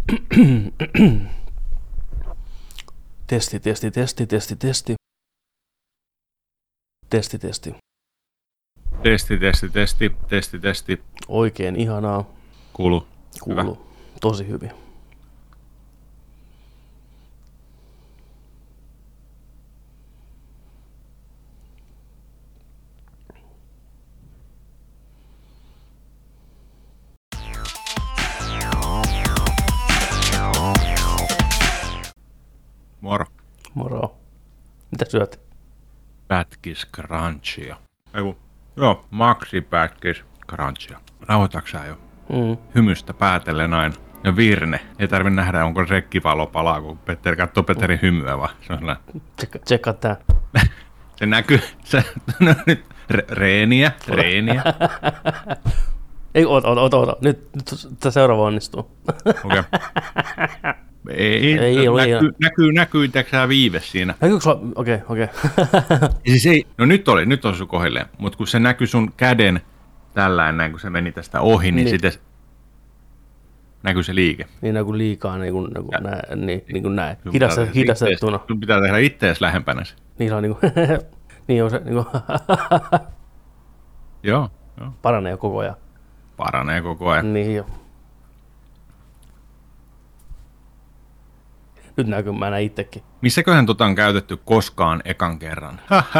Testi. Testi. Oikein ihanaa. Kuuluu. Tosi hyvin. Moro. Moro. Mitä syöt? Pätkis crunchia. Joo, Maxi pätkis crunchia. Rauhoitatko sä jo? Hymystä päätellen aina. Ja Virne. Ei tarvitse nähdä, onko rekkivalo palaa, kun Petteri katsoo Petterin hymyä vaan. Se on sellainen. Tsekkaa tää. Se näkyy. No nyt. Reeniä. Ei, oota. Nyt tämä seuraava onnistuu. Okei. Näkyy teksää viive siinä. Okei. Siis ei, no nyt on sun kohdilleen, mutta kun se näkyy sun käden tällään näin, kun se meni tästä ohi, niin sitten näkyy se liike. Niin näkyy liikaa, niin kuin näin. Hidastettuna. Sun pitää tehdä itseäsi lähempänä se. Niin se on niin kuin, niin on se niin kuin, Joo. paranee koko ajan. Niin jo. Nyt näkyy, mä näin itsekin. Missäköhän on käytetty koskaan ekan kerran?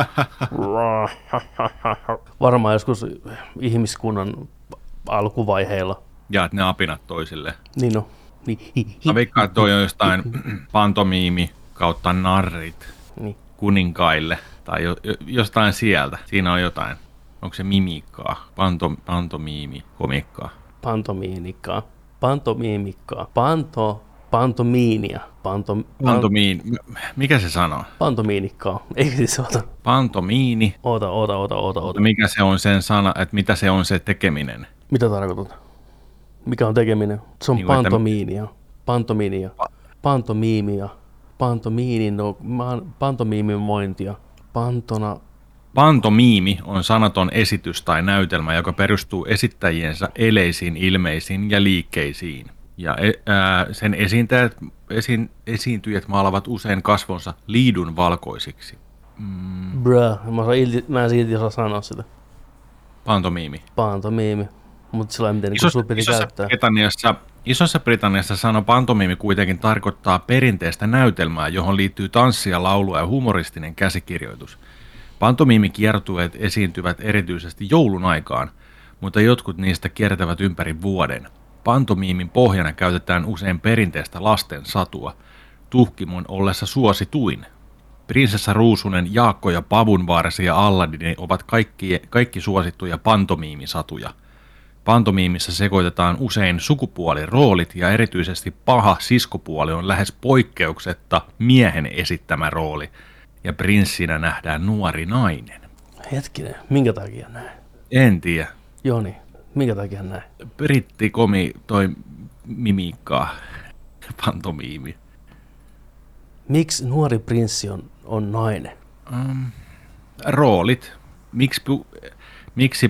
Varmaan joskus ihmiskunnan alkuvaiheilla. Jaat ne apinat toisille. Niin on. Mä veikkaan, että toi on jostain pantomiimi kautta narrit kuninkaille. Tai jostain sieltä. Siinä on jotain. Onko se mimikkaa? Pantomiimikkaa. Pantomiinia. Mikä se sanoo? Pantomiinikkaa. Eikö siis ota? Pantomiini. Oota. Mikä se on sen sana, että mitä se on se tekeminen? Mitä tarkoitat? Mikä on tekeminen? Se on niin pantomiimimointia. Pantomiimi on sanaton esitys tai näytelmä, joka perustuu esittäjiensä eleisiin, ilmeisiin ja liikkeisiin. Ja sen esiintyjät maalavat usein kasvonsa liidun valkoisiksi. Mä en silti osaa sanoa sitä. Pantomiimi. Mutta sillä ei miten sun piti käyttää. Isossa Britanniassa sana pantomiimi kuitenkin tarkoittaa perinteistä näytelmää, johon liittyy tanssia, laulua ja humoristinen käsikirjoitus. Pantomiimikiertueet esiintyvät erityisesti joulun aikaan, mutta jotkut niistä kiertävät ympäri vuoden. Pantomiimin pohjana käytetään usein perinteistä lasten satua, tuhkimon ollessa suosituin. Prinsessa Ruusunen, Jaakko ja Pavunvarsi ja Alladini ovat kaikki suosittuja pantomiimisatuja. Pantomiimissa sekoitetaan usein sukupuoliroolit ja erityisesti paha siskopuoli on lähes poikkeuksetta miehen esittämä rooli. Ja prinssinä nähdään nuori nainen. Hetkinen, minkä takia näin? En tiedä. Joni, minkä takia näin? Brittikomi toi mimiikkaa, pantomiimi. Miksi nuori prinssi on nainen? Roolit. Miksi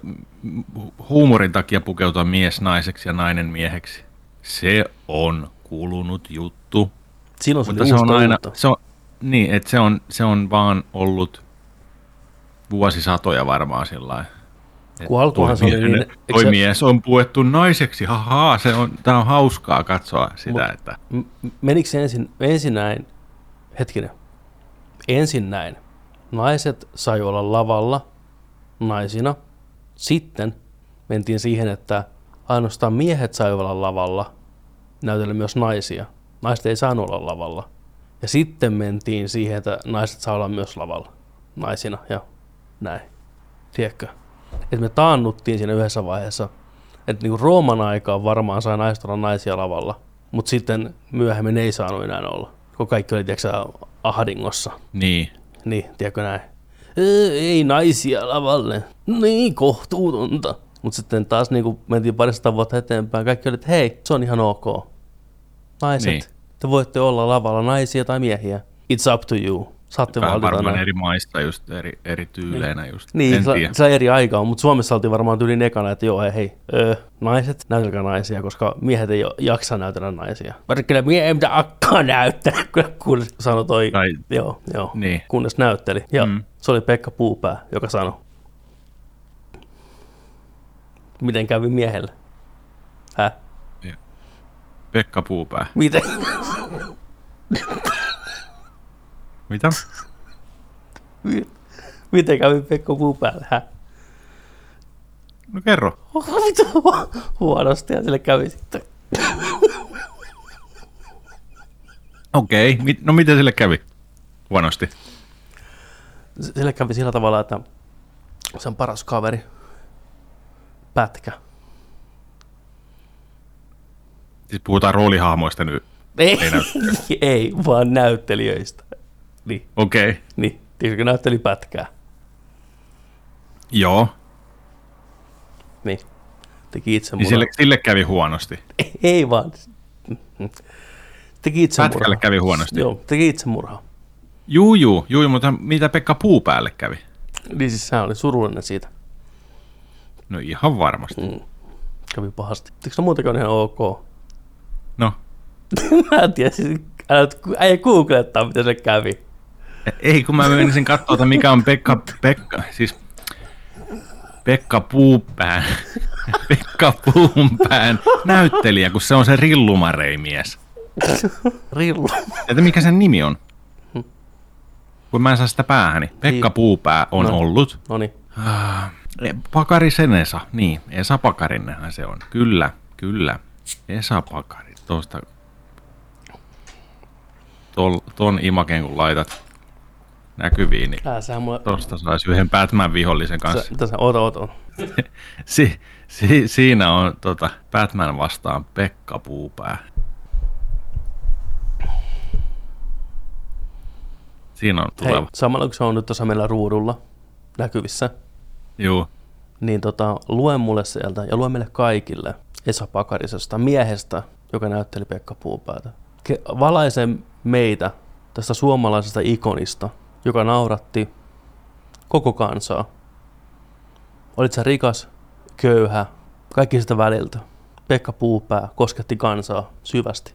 huumorin takia pukeutua mies naiseksi ja nainen mieheksi? Se on kulunut juttu. Silloin mutta se on aina, niin, että se on vaan ollut vuosisatoja varmaan sillain. Kun alkuunhan se oli niin... Toi mise on puettu naiseksi, tää on hauskaa katsoa sitä, että... Menikö se ensin näin, hetkinen, ensin näin, naiset sai olla lavalla naisina, sitten mentiin siihen, että ainoastaan miehet sai olla lavalla, näytellä myös naisia, naiset ei saanut olla lavalla. Ja sitten mentiin siihen, että naiset saa olla myös lavalla naisina ja näin. Tiedätkö? Että me taannuttiin siinä yhdessä vaiheessa, että niinku Rooman aikaan varmaan sai naiset olla naisia lavalla, mutta sitten myöhemmin ei saanut enää olla, kun kaikki oli ahdingossa. Niin. Niin, tiedätkö näin? Ei naisia lavalle, niin kohtuutonta. Mutta sitten taas niinku mentiin parista vuotta eteenpäin, kaikki oli, että hei, se on ihan ok. Naiset. Niin. Te voitte olla lavalla naisia tai miehiä. It's up to you. Saatti valita varmaan näin. eri maissa just eri tyyleinä just. Niin, se on eri aikaa, mutta Suomessa oltiin varmaan tyylin ekana, että joo, hei, naiset, näytelkää naisia, koska miehet ei jaksa näytellä naisia. Vaikka kyllä mie ei mitään akkaa näyttää, kun sanoi toi, joo, niin. Kunnes näytteli. Ja se oli Pekka Puupää, joka sanoi, miten kävi miehelle? Pekka Puupää. Miten? Mitä? Miten kävi Pekka Puupäälle? No kerro. Huonosti ja sille kävi sitten. Okei, no miten sille kävi? Huonosti. Sille kävi sillä tavalla, että se on paras kaveri. Pätkä. Siis puhutaan roolihahmoista nyt. Ei, vaan näyttelijöistä. Niin. Okei. Niin, tiedätkö näytteli pätkää? Joo. Niin, teki itsemurhaa. Niin sille kävi huonosti. Ei vaan. Teki itsemurhaa. Pätkälle kävi huonosti. Joo, teki itsemurhaa. Juu, mutta mitä Pekka Puupäälle kävi? Niin siis sehän oli surullinen siitä. No ihan varmasti. Kävi pahasti. Eikö se muutenkin on ihan ok? No. Mä en tiedä, siis ei googlettaa, mitä se kävi. Ei, kun mä menisin katsoa, että mikä on Pekka Puupään näyttelijä, kun se on se Rillumarei-mies. Rillu. Että mikä sen nimi on? Kun mä en saa sitä päähäni. Pekka Puupää on ollut. Noniin. Pakarisen Esa. Niin, Esa Pakarinenhan se on. Kyllä. Esa Pakari. Tuosta ton imaken kun laitat näkyviin, niin tuosta saisi yhden Batman-vihollisen kanssa. Tässä, oota. Siinä on Batman vastaan Pekka Puupää. Siinä on tuleva. Hei, samalla kun se on nyt tuossa meillä ruudulla näkyvissä, Juu. Niin lue mulle sieltä ja lue meille kaikille Esa Pakarisesta miehestä, joka näytteli Pekka Puupäätä. Valaise meitä tästä suomalaisesta ikonista, joka nauratti koko kansaa. Olit sä rikas, köyhä, kaikki sitä väliltä. Pekka Puupää kosketti kansaa syvästi.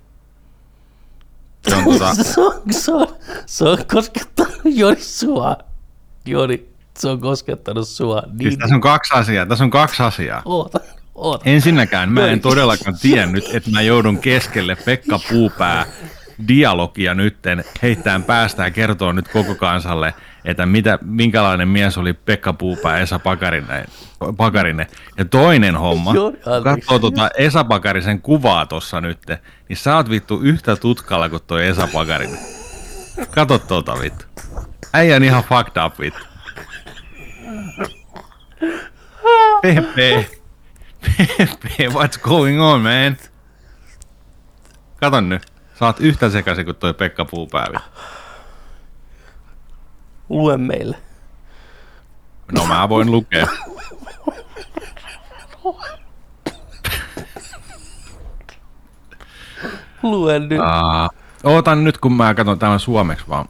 Se on koskettanut Joni sua. Joni, se on koskettanut sua. Niin. Siis tässä on kaksi asiaa. Oota. Ensinnäkään mä en todellakaan tiennyt, että mä joudun keskelle Pekka Puupää dialogia nytten heittämään päästä ja kertoo nyt koko kansalle, että minkälainen mies oli Pekka Puupää Esa Pakarinen. Ja toinen homma, kun katsoo Esa Pakarisen kuvaa tossa nyt, niin sä oot vittu yhtä tutkalla kuin toi Esa Pakarinen. Kato vittu. Äijän ihan fucked up vittu. Pepe, what's going on, man? Kato nyt. Sä oot yhtä sekaisin kuin toi Pekka Puupää. Lue meille. No mä voin lukea. Lue nyt. Ootan nyt, kun mä katson tämän suomeksi vaan.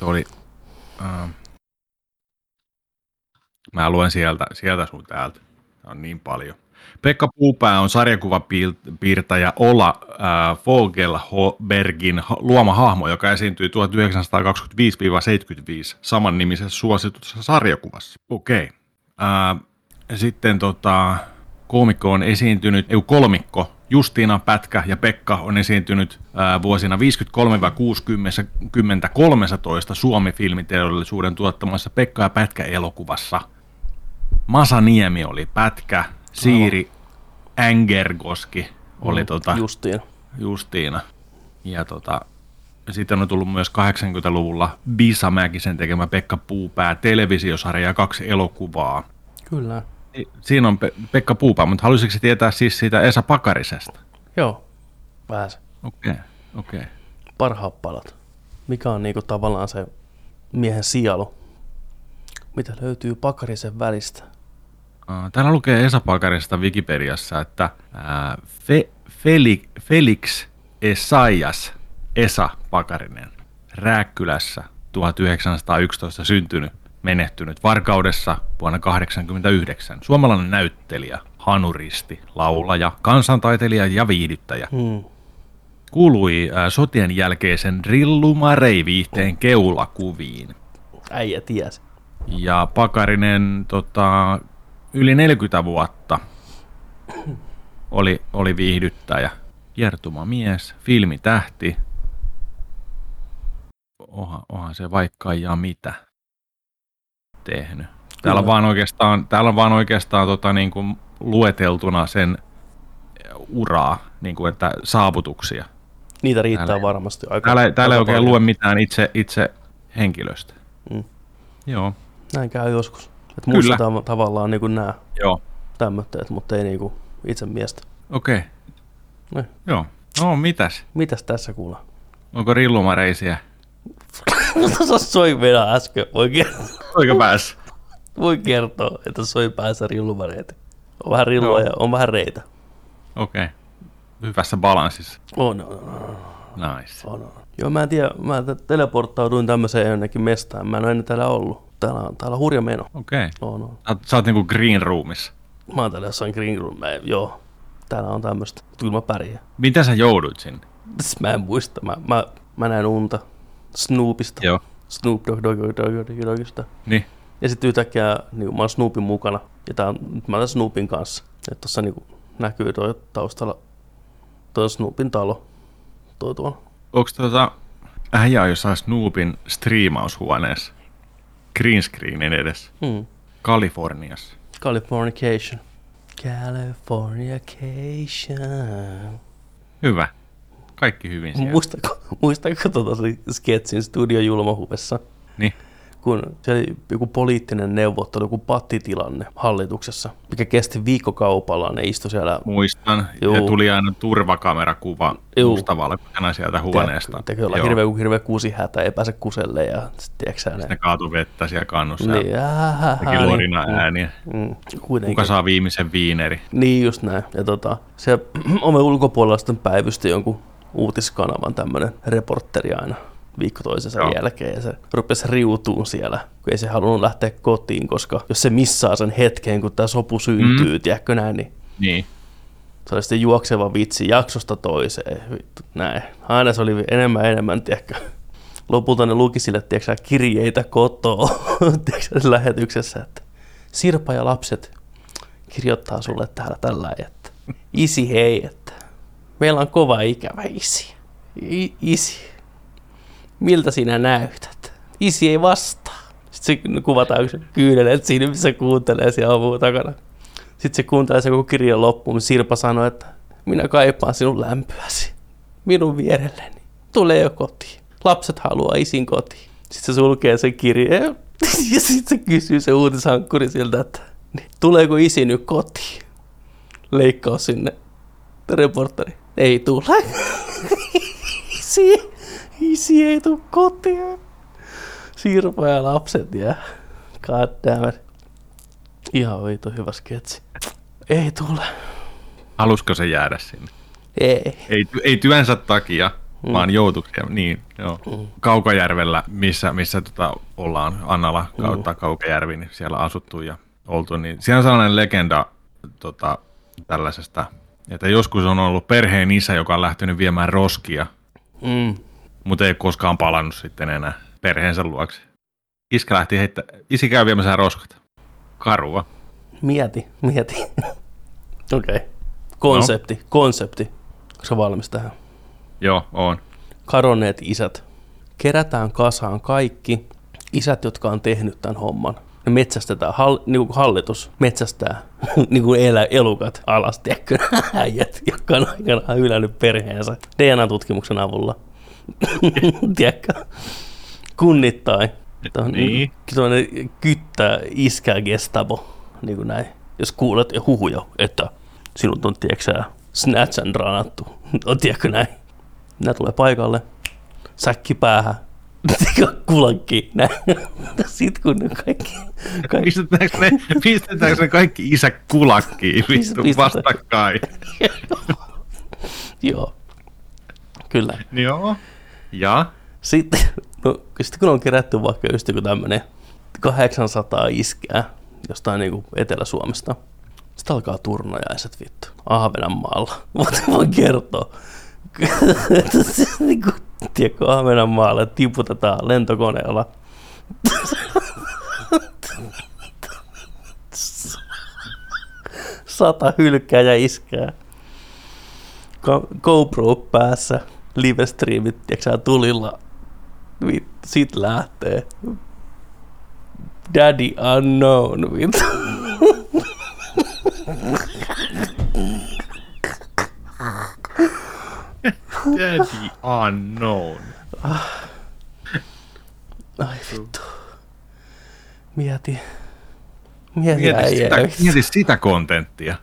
Mä luen sieltä sun täältä. Tämä on niin paljon. Pekka Puupää on sarjakuvapiirtäjä Ola Fogelbergin luoma hahmo, joka esiintyi 1925-75 samannimisessä suositussa sarjakuvassa. Okei. Sitten kolmikko Justiina, Pätkä ja Pekka on esiintynyt vuosina 53-60 Suomi-filmiteollisuuden tuottamassa Pekka ja Pätkä-elokuvassa. Masa Niemi oli Pätkä, Siiri Ängerkoski oli Justiina. Ja sitten on tullut myös 80-luvulla Bisa Mäkisen tekemä Pekka Puupää televisiosarja ja 2 elokuvaa. Kyllä. Siinä on Pekka Puupää, mutta haluaisitko tietää siis siitä Esa Pakarisesta? Joo, vähän. Okei. Parhaat palat. Mikä on niinku tavallaan se miehen sielu? Mitä löytyy Pakarisen välistä? Täällä lukee Esa Pakarisesta Wikipediassa, että Felix Esaias Esa Pakarinen Rääkkylässä 1911 syntynyt, menehtynyt Varkaudessa vuonna 1989. Suomalainen näyttelijä, hanuristi, laulaja, kansantaiteilija ja viihdyttäjä. Kuului sotien jälkeisen Rillumarei-viihteen keulakuviin. Äijä tiesi. Ja Pakarinen yli 40 vuotta oli viihdyttäjä, kiertumamies, filmitähti. Onhan se vaikka ja mitä tehnyt. Täällä on vaan oikeastaan niin kuin lueteltuna sen uraa, niin kuin, että saavutuksia. Niitä riittää varmasti aika. Täällä ei oikein lue mitään itse henkilöstä. Joo. Näin käy joskus. Että muistetaan tavallaan niin kuin nämä tämmöitteet, mutta ei niin kuin itse miestä. Okei. Joo. No, mitäs? Mitäs tässä kuullaan? Onko rillumareisiä? Tuossa soi vielä äsken. Oiko pääs? Voi kertoa, että soi päässä rillumareita. On vähän rillua ja on vähän reitä. Okei. Hyvässä balanssissa. On. Nice. On. Joo, mä en tiedä. Mä teleporttauduin tämmöiseen jonnekin mestaan. Mä en ole ennen täällä ollut. Täällä on hurja meno. Okei. On. Sä oot niinku green roomissa. Mä oon täällä jossain green room. Joo. Täällä on tämmöistä. Kyllä mä pärjään. Mitä sä joudut sinne? Mä en muista. Mä näin unta Snoopista. Joo. Snoop Doggista. Niin. Ja sitten yhtäkkiä niin mä oon Snoopin mukana. Ja mä oon Snoopin kanssa. Ja tossa niin näkyy toi taustalla toi Snoopin talo. Toi tuolla. Onks äijä jossain Snoopin striimaushuoneessa? Green screenin edessä. Kaliforniassa. Californication. Hyvä. Kaikki hyvin siellä. Muistatko sketsin Studio Julmahuvessa? Niin. Kun se oli joku poliittinen neuvottelu, joku pattitilanne hallituksessa, mikä kesti viikkokaupalla, ne istui siellä. Muistan, ja tuli aina turvakamerakakuva mustavalkoisena sieltä huoneesta. Teki olla hirveä kusihätä, ei pääse kuselle ja sitten kaatui vettä siellä kannussa niin, teki lorina ääniä. Kuka saa viimeisen viineri? Niin just näin. Ja se omen ulkopuolella sitten päivysti jonkun uutiskanavan tämmöinen reporteri aina viikko toisensa jälkeen, ja se rupesi riutuun siellä, kun ei se halunnut lähteä kotiin, koska jos se missaa sen hetken, kun tämä sopu syntyy, tiedätkö näin, niin se oli sitten juokseva vitsi jaksosta toiseen, vittu, näin. Aina se oli enemmän, tiedätkö. Lopulta ne luki sille, tiedätkö, kirjeitä kotoa, tiedätkö, lähetyksessä, että Sirpa ja lapset kirjoittaa sulle täällä tällä, että isi hei, että meillä on kova ikävä isi. Isi. Miltä sinä näytät? Isi ei vastaa. Sitten se kuvataan kyyneleet siinä, missä kuuntelee siellä avun takana. Sitten se kuuntelee sen koko kirjan loppuun. Sirpa sanoi, että minä kaipaan sinun lämpöäsi. Minun vierelleni. Tule jo kotiin. Lapset haluaa isin kotiin. Sitten se sulkee sen kirjeen. Ja sitten se kysyy se uutishankkuri siltä, että tuleeko isi nyt kotiin? Leikkaus sinne. Reporteri. Ei tule. Isi ei tule kotiin. Sirpa ja lapset jää. God damn it. Ihan viito hyvä sketsi. Ei tule. Halusko se jäädä sinne? Ei työnsä takia, vaan joutuksia. Niin, joo. Kaukajärvellä, missä ollaan Annala kautta Kaukajärvi, niin siellä asuttu ja oltu. Niin siellä on sellainen legenda tällaisesta, että joskus on ollut perheen isä, joka on lähtenyt viemään roskia. Mutta ei koskaan palannut sitten enää perheensä luokse. Iskä lähti isi käy viemässä roskat. Karua. Mieti. Okei. Konsepti. Onko valmis tähän? Joo, on. Kadonneet isät. Kerätään kasaan kaikki isät, jotka on tehnyt tämän homman. Ne metsästetään, niin kuin hallitus metsästää niin kuin elukat alas, tiedätkö, äijät, jotka on aikanaan hylännyt perheensä DNA-tutkimuksen avulla. Tiedätkö? Kunnittain. Niin. Tuollainen kyttää iskää Gestapo, niin kuin näin. Jos kuulet ja huhuja, että sinut on, tiedätkö, snatch and ranattu. On, tiedätkö näin? Nämä tulee paikalle, säkki päähän, kulakki, näin. Sitten kun ne kaikki... Pistetäänkö ne kaikki isä kulakkiin, vittu vastakkain? Joo. Kyllä. Joo. Ja? Sitten No sitten kun on kerätty vaikka just joku tämmönen 800 iskää jostain niinku Etelä-Suomesta, sitten alkaa turnajaiset vittu. Ahvenanmaalla. Voin kertoa. Niinku, tiedätkö, Ahvenanmaalle tiputetaan lentokoneella. Sata hylkää ja iskää. GoPro päässä. Livestreamit, tiedätkö tulilla. Sit lähtee. Daddy unknown. Daddy unknown. Ai vittu. Mieti sitä kontenttia.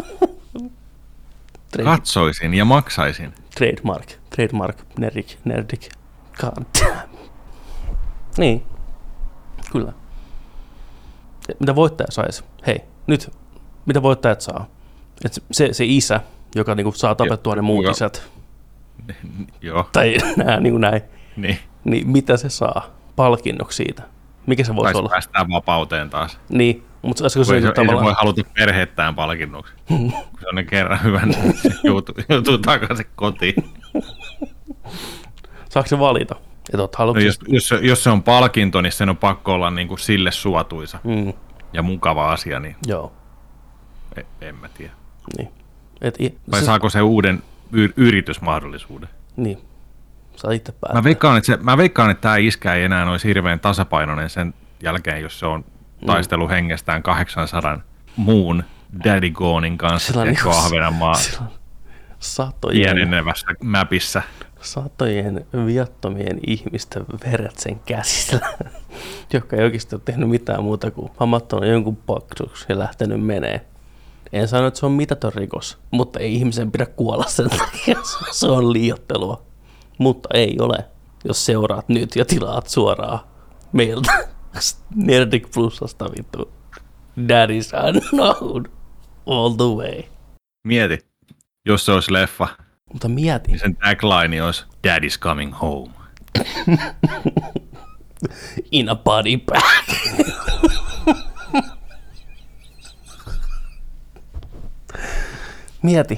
Katsoisin ja maksaisin. Trademark, nerdik. God damn. Niin, kyllä. Mitä voittaja saisi? Hei, nyt, mitä voittajat saa? Et se isä, joka niinku saa tapettua ne muut isät. Joo. Tai nää, niinku näin. Niin, mitä se saa palkinnoksi siitä? Mikä se voisi olla? Päästään vapauteen taas. Niin, mutta ei se voi haluta perhettään palkinnoksi. Kun se on ne kerran hyvän, se joutuu takaisin kotiin. Saako se valita? No, jos se on palkinto, niin sen on pakko olla niin kuin sille suotuisa ja mukava asia. Niin joo. En mä tiedä. Niin. Vai saako se uuden yritysmahdollisuuden? Niin. Saa itse päättää. Mä veikkaan, että tämä iskä ei enää olisi hirveän tasapainoinen sen jälkeen, jos se on taistelu hengestään 800 muun Daddy Gonin kanssa Ahvenanmaa pienenevässä mäpissä. Satojen viattomien ihmisten veret sen käsillä, jotka ei oikeasti ole tehnyt mitään muuta kuin hamattanut jonkun paksuksi ja lähtenyt menee. En sano, että se on mitätön rikos, mutta ei ihmisen pidä kuolla sen takia. Se on liioittelua. Mutta ei ole, jos seuraat nyt ja tilaat suoraan meiltä Nerdik Plusasta vittu. Daddy's unknown all the way. Mieti, jos se olisi leffa. Mutta mieti. Niin sen tagline olisi Daddy's coming home. In a body bag. Mieti.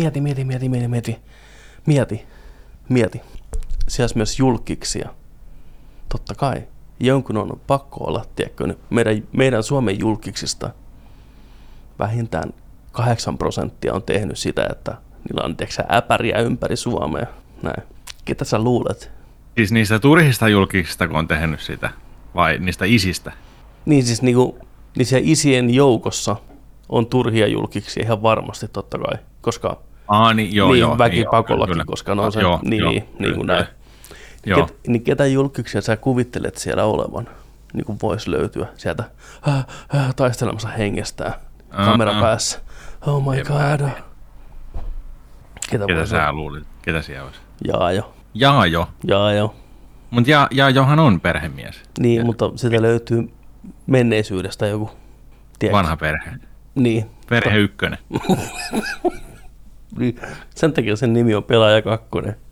Siellä olisi myös julkkiksia. Totta kai. Jonkun on pakko olla, tiedätkö, meidän Suomen julkiksista vähintään 8% on tehnyt sitä, että niillä on äpäriä ympäri Suomea. Näin. Ketä sä luulet? Siis niistä turhista julkiksista, kun on tehnyt sitä? Vai niistä isistä? Niin siis niinku, niin siellä isien joukossa on turhia julkiksia ihan varmasti totta kai, koska väkipakollakin, koska ne on se, niin kuin näin. Niin ketä julkiksia sä kuvittelet siellä olevan, niin kuin voisi löytyä sieltä taistelemassa hengestään, kamera päässä. Oh my god. Ketä sä luulit? Ketä siellä olisi? Jaajo. Mutta Jaajohan on perhemies. Niin, mutta sitä löytyy menneisyydestä joku. Tiedätkö? Vanha perhe. Niin. Perhe ykkönen. Niin. Sen takia sen nimi on Pelaaja 2.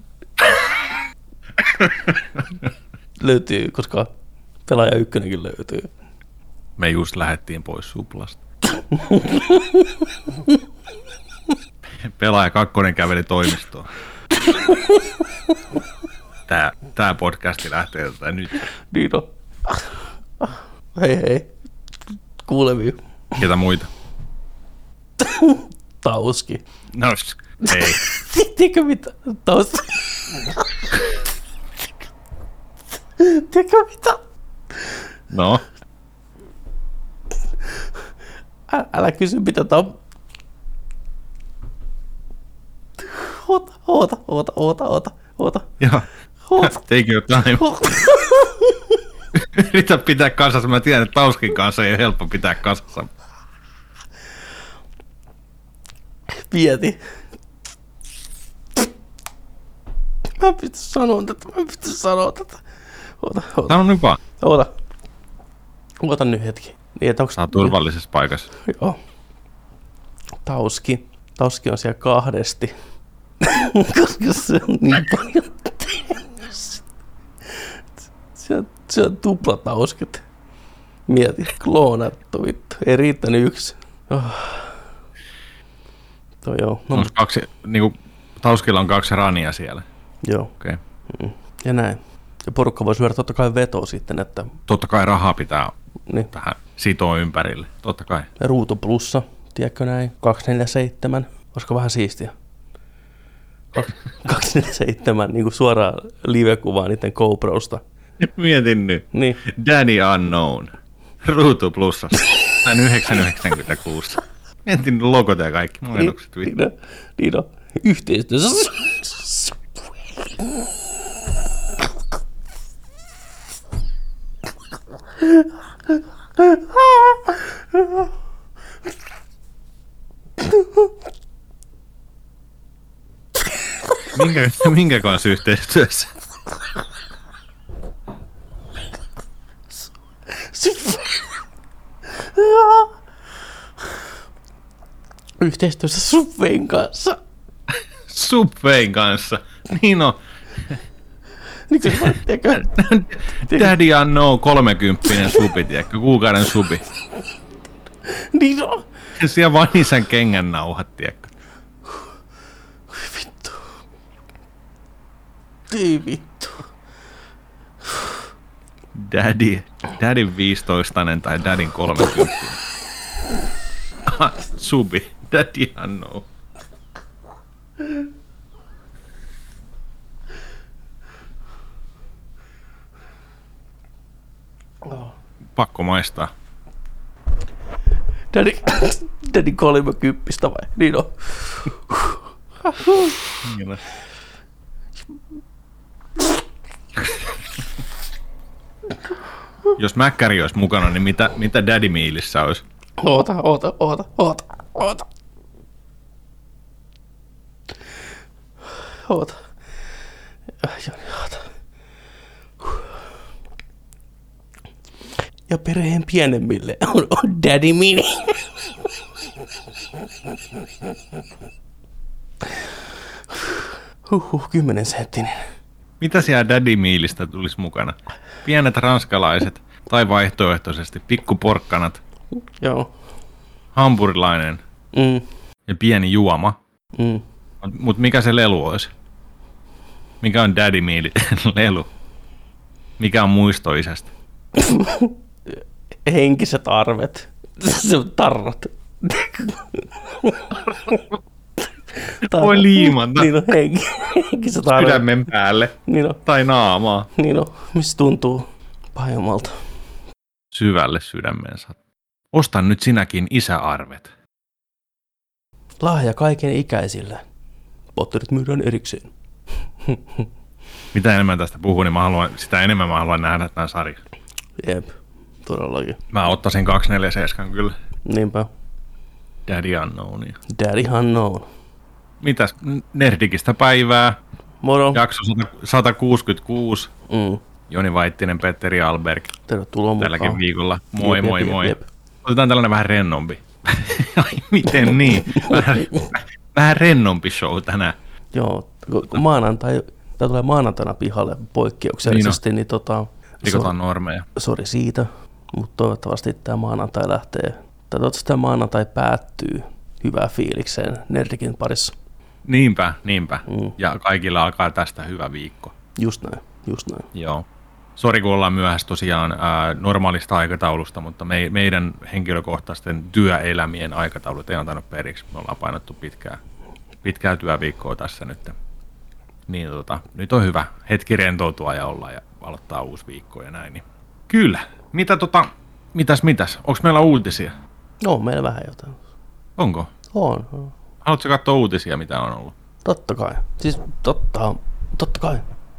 Löytyy, koska Pelaaja 1:kin löytyy. Me just lähdettiin pois suplasta. Pelaaja 2 käveli toimistoon. Tää podcasti lähtee nyt. Niin on. Hei. Kuulemiin. Ketä muita? Tauski. No, ei. Tiedätkö mitä? Tauski. Tiedätkö mitä? No. Älä kysy mitä tää on. Oota. Joo. Take your time. Yritä pitää kasassa. Mä tiedän, että Tauskin kanssa ei ole helppo pitää kasassa. Mieti. Mä en pysty sanoa tätä. Oota. Sano nyt vaan. Oota nyt hetki. Niin, sä oot turvallisessa paikassa. Joo. Tauski on siellä kahdesti. Koska se on niin paljon tehnyt. Se on tuplatausket. Mieti, kloonattu vittu. Ei riittänyt yksi. Oh. Toi joo. No, onko kaksi, niinku, tauskilla on 2 rania siellä? Joo. Okay. Ja näin. Ja porukka voi syödä totta kai vetoa sitten, että... Totta kai rahaa pitää niin. tähän sitoa ympärille, totta kai. Ja Ruutu Plussa, tiedätkö näin, 247, olisiko vähän siistiä? 247, niin kuin suoraan live-kuvaa niiden GoProsta. Mietin nyt. Niin. Daddy Unknown. Ruutu Plussa. 996. Mietin logot ja kaikki mainokset. Niin on. Yhteistyössä. Minkä kanssa yhteistyössä? Yhteistyössä Subwayn kanssa. Subwayn kanssa? Niin on. Daddy Unknown 30 subi, tiedätkö? Kuukauden subi. Niin on. Ja siellä vanisän kengän nauhat, tiedätkö? Vittu. Ei vittu. Daddy 15 tai Daddyn 30. Subi. Daddy Unknown. Pakko maistaa. Daddy 30 vai? Niin on. Jos mäkkäri olisi mukana, niin mitä Daddy Mealissä olisi? Oota. Joni, oota. Ja perheen pienemmille on Daddy Mini. Huhhuh, 10 senttinen. Mitä siellä Daddy Mealistä tulisi mukana? Pienet ranskalaiset tai vaihtoehtoisesti pikkuporkkanat, Joo. hampurilainen ja pieni juoma. Mutta mikä se lelu olisi? Mikä on Daddy Meal lelu? Mikä on muisto isästä? Henkiset arvet. Se on tarrat. Voi liimata. Niin on henkiset arvet. Sydämen päälle. Niin on. Tai naamaa. Niin on. Mistä tuntuu pahemmalta? Syvälle sydämeensä. Osta nyt sinäkin isäarvet. Lahja kaiken ikäisille. Potterit myydään erikseen. Mitä enemmän tästä puhuu, niin sitä enemmän mä haluan nähdä tämän sarjan. Jep, todellakin. Mä ottaisin 247 kyllä. Niinpä. Daddy Unknownia. Daddy Unknown. Mitäs Nerdikistä päivää? Moro. Jakso 166. Joni Vaittinen, Petteri Alberg. Tervetuloa mukaan. Tälläkin viikolla. Moi, jep, moi, jep, moi. Jep. Otetaan tällainen vähän rennompi. Ai, miten niin? Vähän rennompi show tänään. Joo, kun tämä tulee maanantaina pihalle poikkeuksellisesti, niin rikotaan normeja. Sori siitä, mutta toivottavasti tämä maanantai lähtee, tai toivottavasti tämä maanantai päättyy hyvää fiilikseen Nerdikin parissa. Niinpä. Ja kaikilla alkaa tästä hyvä viikko. Just näin. Joo. Sori, kun ollaan myöhässä tosiaan normaalista aikataulusta, mutta meidän henkilökohtaisten työelämien aikataulut ei antanut periksi. Me ollaan painottu pitkää työviikkoa tässä nyt. Niin nyt on hyvä hetki rentoutua ja olla ja aloittaa uusi viikko ja näin. Niin. Kyllä. Mitäs? Onko meillä uutisia? No, meillä vähän jotain. Onko? On. Haluatko katsoa uutisia, mitä on ollut? Totta kai. Siis totta kai.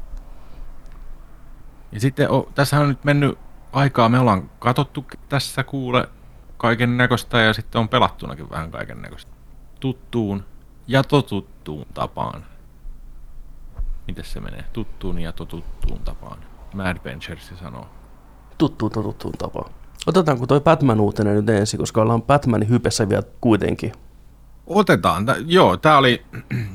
Ja sitten tässä on nyt mennyt aikaa, me ollaan katsottu tässä kuule kaiken näköistä ja sitten on pelattunakin vähän kaiken näköistä. Tuttuun ja totuttuun tapaan. Miten se menee? Tuttuun ja totuttuun tapaan. Mad Ventures sanoo. Tuttuun tapaan. Otetaanko toi Batman-uutinen nyt ensin, koska ollaan Batmanin hypessä vielä kuitenkin. Otetaan. Joo, tää oli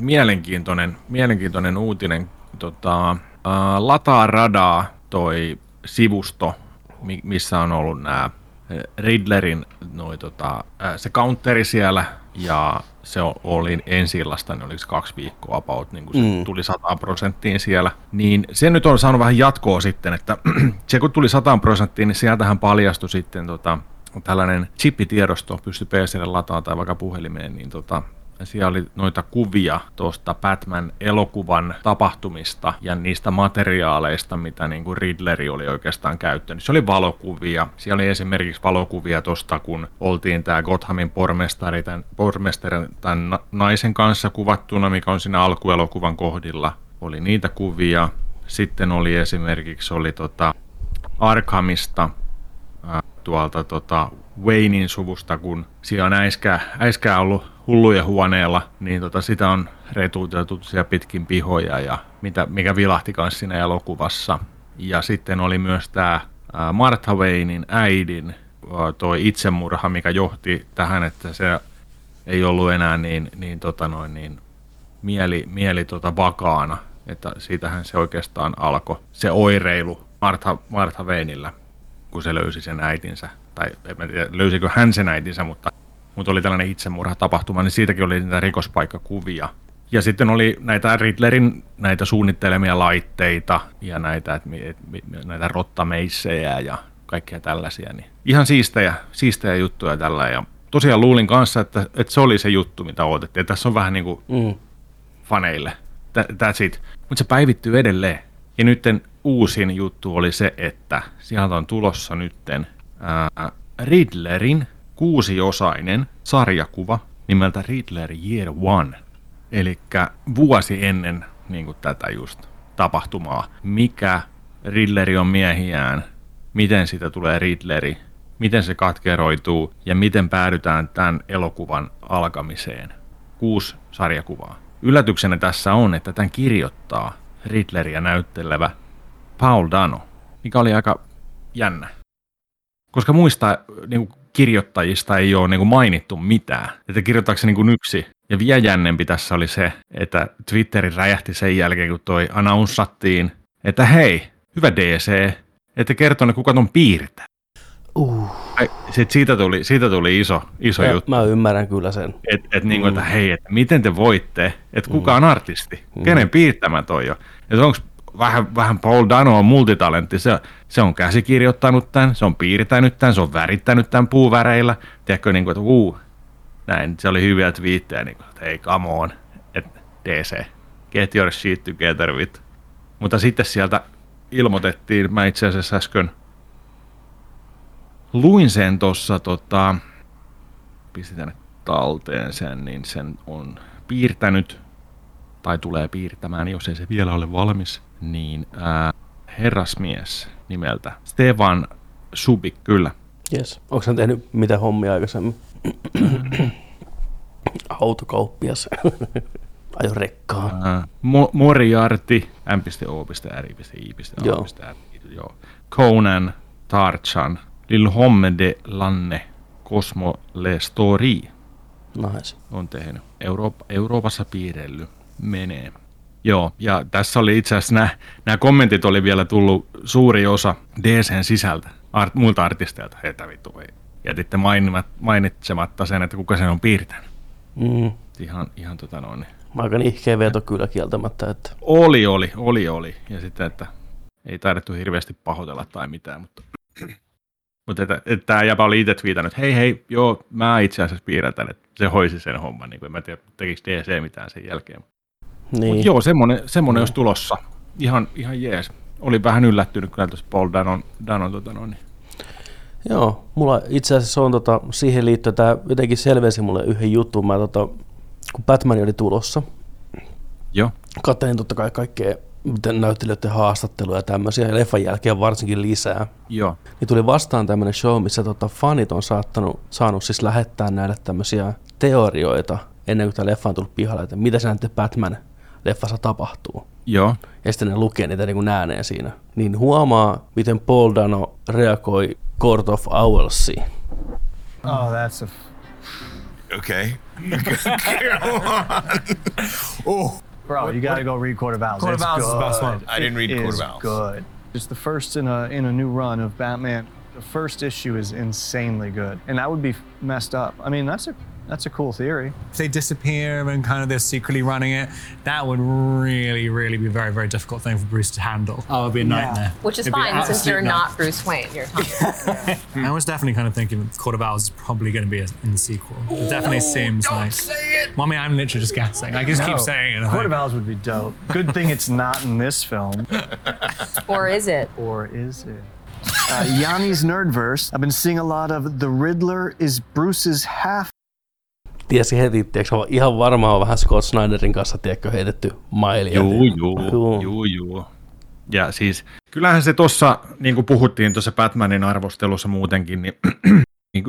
mielenkiintoinen uutinen. Lataa radaa toi sivusto, missä on ollut nämä Riddlerin se counteri siellä, ja se oli ensi-illasta, niin oliko 2 viikkoa about, niin kun se tuli 100% siellä. Niin se nyt on saanut vähän jatkoa sitten, että se kun tuli 100%, niin sieltähän paljastui sitten tällainen chippitiedosto, pystyi PC:lle lataamaan tai vaikka puhelimeen, niin siellä oli noita kuvia tuosta Batman-elokuvan tapahtumista ja niistä materiaaleista, mitä niin kuin Riddleri oli oikeastaan käyttänyt. Se oli valokuvia. Siellä oli esimerkiksi valokuvia tuosta, kun oltiin tämä Gothamin pormestarin tämän naisen kanssa kuvattuna, mikä on siinä alkuelokuvan kohdilla. Oli niitä kuvia. Sitten oli esimerkiksi Arkhamista, tuolta Waynein suvusta, kun siellä on äiskää ollut hullujen huoneella, niin sitä on retuuteltu siellä pitkin pihoja ja mikä vilahti myös siinä elokuvassa. Ja sitten oli myös tämä Martha Waynein äidin toi itsemurha, mikä johti tähän, että se ei ollut enää mieli vakaana, että siitähän se oikeastaan alkoi se oireilu Martha Wayneillä, kun se löysi sen äitinsä, tai en tiedä löysikö hän sen äitinsä, mutta oli tällainen itsemurhatapahtuma, niin siitäkin oli niitä rikospaikkakuvia. Ja sitten oli näitä Riddlerin näitä suunnittelemia laitteita ja näitä rottameissejä ja kaikkea tällaisia. Niin ihan siistejä juttuja tällä. Ja tosiaan luulin kanssa, että se oli se juttu, mitä odotettiin. Tässä on vähän niin kuin faneille. That's it. Mutta se päivittyy edelleen. Ja nytten uusin juttu oli se, että sieltä on tulossa nytten Riddlerin 6-osainen sarjakuva nimeltä Riddler Year One. Eli vuosi ennen niin kuin tätä just tapahtumaa. Mikä Riddleri on miehiään, miten siitä tulee Riddleri, miten se katkeroituu ja miten päädytään tämän elokuvan alkamiseen. 6 sarjakuvaa. Yllätyksenä tässä on, että tämän kirjoittaa Riddleria näyttelevä Paul Dano, mikä oli aika jännä. Koska muista niin kuin kirjoittajista ei ole niin kuin mainittu mitään. Että kirjoittaako se niin kuin yksi. Ja vielä jännempi tässä oli se, että Twitteri räjähti sen jälkeen, kun toi announcattiin, että hei, hyvä DC, että kertoo, kuka ton piirtää. Siitä tuli iso juttu. Mä ymmärrän kyllä sen. Niin kuin, että hei, että miten te voitte, että kuka on artisti, kenen piirtämä toi jo. Että onko vähän Paul Dano on multitalentti, se on käsikirjoittanut tämän, se on piirtänyt tämän, se on värittänyt tämän puuväreillä. Tiedätkö, niin kuin, että näin, se oli hyviä twiittejä, niin kuin, että hei, come on, että DC, get your shit together with. Mutta sitten sieltä ilmoitettiin, mä itse asiassa äsken luin sen tuossa, pistetään talteen sen, niin sen on piirtänyt, tai tulee piirtämään, jos ei se vielä ole valmis, niin herrasmies nimeltä Stefan Subik, kyllä. Jes. Onko hän tehnyt mitä hommia aikaisemmin? Autokauppias. Ajo rekkaan. Moriarty, m.o.ri.i.a. Joo. Conan, Tarzan, Lil Homme de Lanne, Cosmo Le Story. Nice. On tehnyt. Euroopassa piirrellyt. Menee. Joo, ja tässä oli itse asiassa nämä kommentit oli vielä tullut suuri osa DC:n sisältä, muilta artisteilta. Heitä vittu, ei. Jätitte mainitsematta sen, että kuka sen on piirtänyt. Ihan Aika nihkeä veto kyllä kieltämättä. Että. Oli. Ja sitten, että ei taidettu hirveästi pahoitella tai mitään, mutta että tämä jäpä oli itse twiitannut, että hei, joo, mä itse asiassa piirrätän, että se hoisi sen homman, niin kuin en mä tiedä, tekikö DC mitään sen jälkeen. Niin. Mutta joo, semmoinen olisi tulossa. Ihan jees. Oli vähän yllättynyt kyllä tuossa Paul Danon. Joo, mulla itse asiassa on siihen liittyen, tämä jotenkin selvisi mulle yhden jutun, kun Batman oli tulossa. Joo. Katselin totta kai kaikkea näyttelijöiden haastatteluja ja tämmöisiä, ja leffan jälkeen varsinkin lisää. Joo. Niin tuli vastaan tämmöinen show, missä fanit on saanut siis lähettää näille tämmöisiä teorioita ennen kuin tämä leffa on tullut pihalle, että mitä se näette Batman-leffassa tapahtuu. Joo. Ja sitten ne lukee niitä niin kuin ääneen siinä. Niin huomaa, miten Paul Dano reagoi Court of Owlsiin. Oh, that's Okay. Oh. Bro, you gotta go read Court of Owls. Court of It's Owls is the best good. one. I didn't read Court of Owls. Good. It's the first in a new run of Batman. The first issue is insanely good, and that would be messed up. I mean, that's a cool theory. If they disappear and kind of they're secretly running it, that would really be a very, very difficult thing for Bruce to handle. Oh, it would be a nightmare. Which is It'd be fine an since you're absolute not Bruce Wayne. You're Tom. I was definitely kind of thinking Court of Owls is probably going to be in the sequel. It definitely seems like... say it! Well, I mean, I'm literally just guessing. I just keep saying it. I Court think. of Owls would be dope. Good thing it's not in this film. Or is it? Or is it? Yanni's Nerdverse. I've been seeing a lot of The Riddler is Bruce's half. Tiesi heti, tiedätkö, ihan varmaan on vähän Scott Snyderin kanssa, tiedätkö, heitetty mailia. Joo. Ja siis, kyllähän se tuossa, niin kuin puhuttiin tuossa Batmanin arvostelussa muutenkin, niin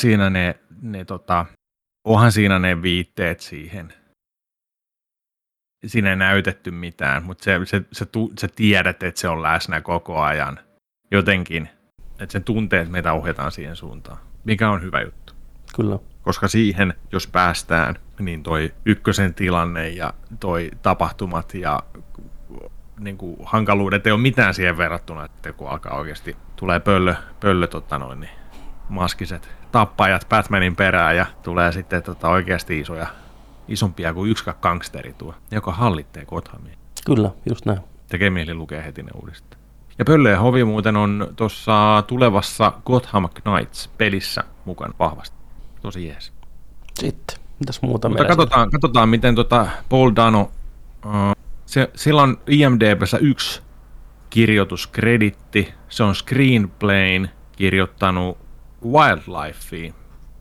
onhan siinä ne viitteet siihen. Siinä ei näytetty mitään, mutta sä tiedät, että se on läsnä koko ajan. Jotenkin, että sen tuntee, että meitä ohjataan siihen suuntaan. Mikä on hyvä juttu. Kyllä. Koska siihen, jos päästään, niin toi ykkösen tilanne ja toi tapahtumat ja niin kuin hankaluudet ei ole mitään siihen verrattuna, että kun alkaa oikeasti, tulee pöllö maskiset tappajat Batmanin perään ja tulee sitten oikeasti isompia kuin yksikään gangsteri tuo, joka hallitsee Gothamia. Kyllä, just näin. Tekee mieli lukea heti ne uudestaan. Ja Pöllöjen hovi muuten on tuossa tulevassa Gotham Knights-pelissä mukana vahvasti. Tosi jees. Sitten, mitäs muuta Mutta meillä? katsotaan miten Paul Dano, sillä on IMDb:ssä 1 kirjoituskreditti. Se on screenplayn kirjoittanut Wildlifeen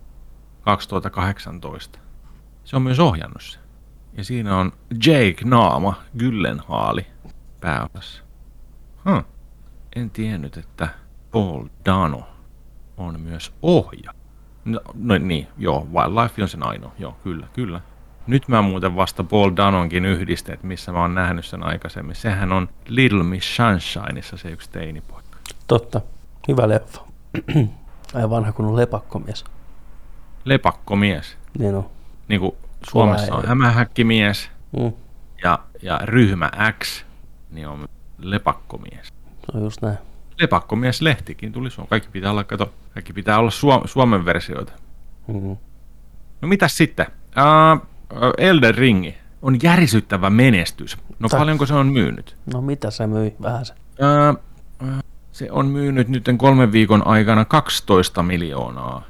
2018. Se on myös ohjannut se. Ja siinä on Jake Naama Gyllenhaali pääosassa. En tiennyt, että Paul Dano on myös ohjaaja. No niin, joo, Wildlife on sen ainoa. Joo, kyllä. Nyt mä muuten vasta Paul Danonkin yhdisteet, missä mä oon nähnyt sen aikaisemmin. Sehän on Little Miss Sunshineissa se yksi teinipoika. Totta, hyvä leffa. Ai vanha kun on lepakkomies. Lepakkomies. Niin on. Niin kuin Suomessa on hämähäkkimies ja ryhmä X, niin on lepakkomies. Se on just näin. Lepakkomies-lehtikin tuli Suomeen. Kaikki pitää olla Suomen versioita. Mm-hmm. No mitäs sitten? Elden Ring on järisyttävä menestys. No paljonko se on myynyt? No mitä se myi? Vähän se. Se on myynyt nyt 3 viikon aikana 12 miljoonaa.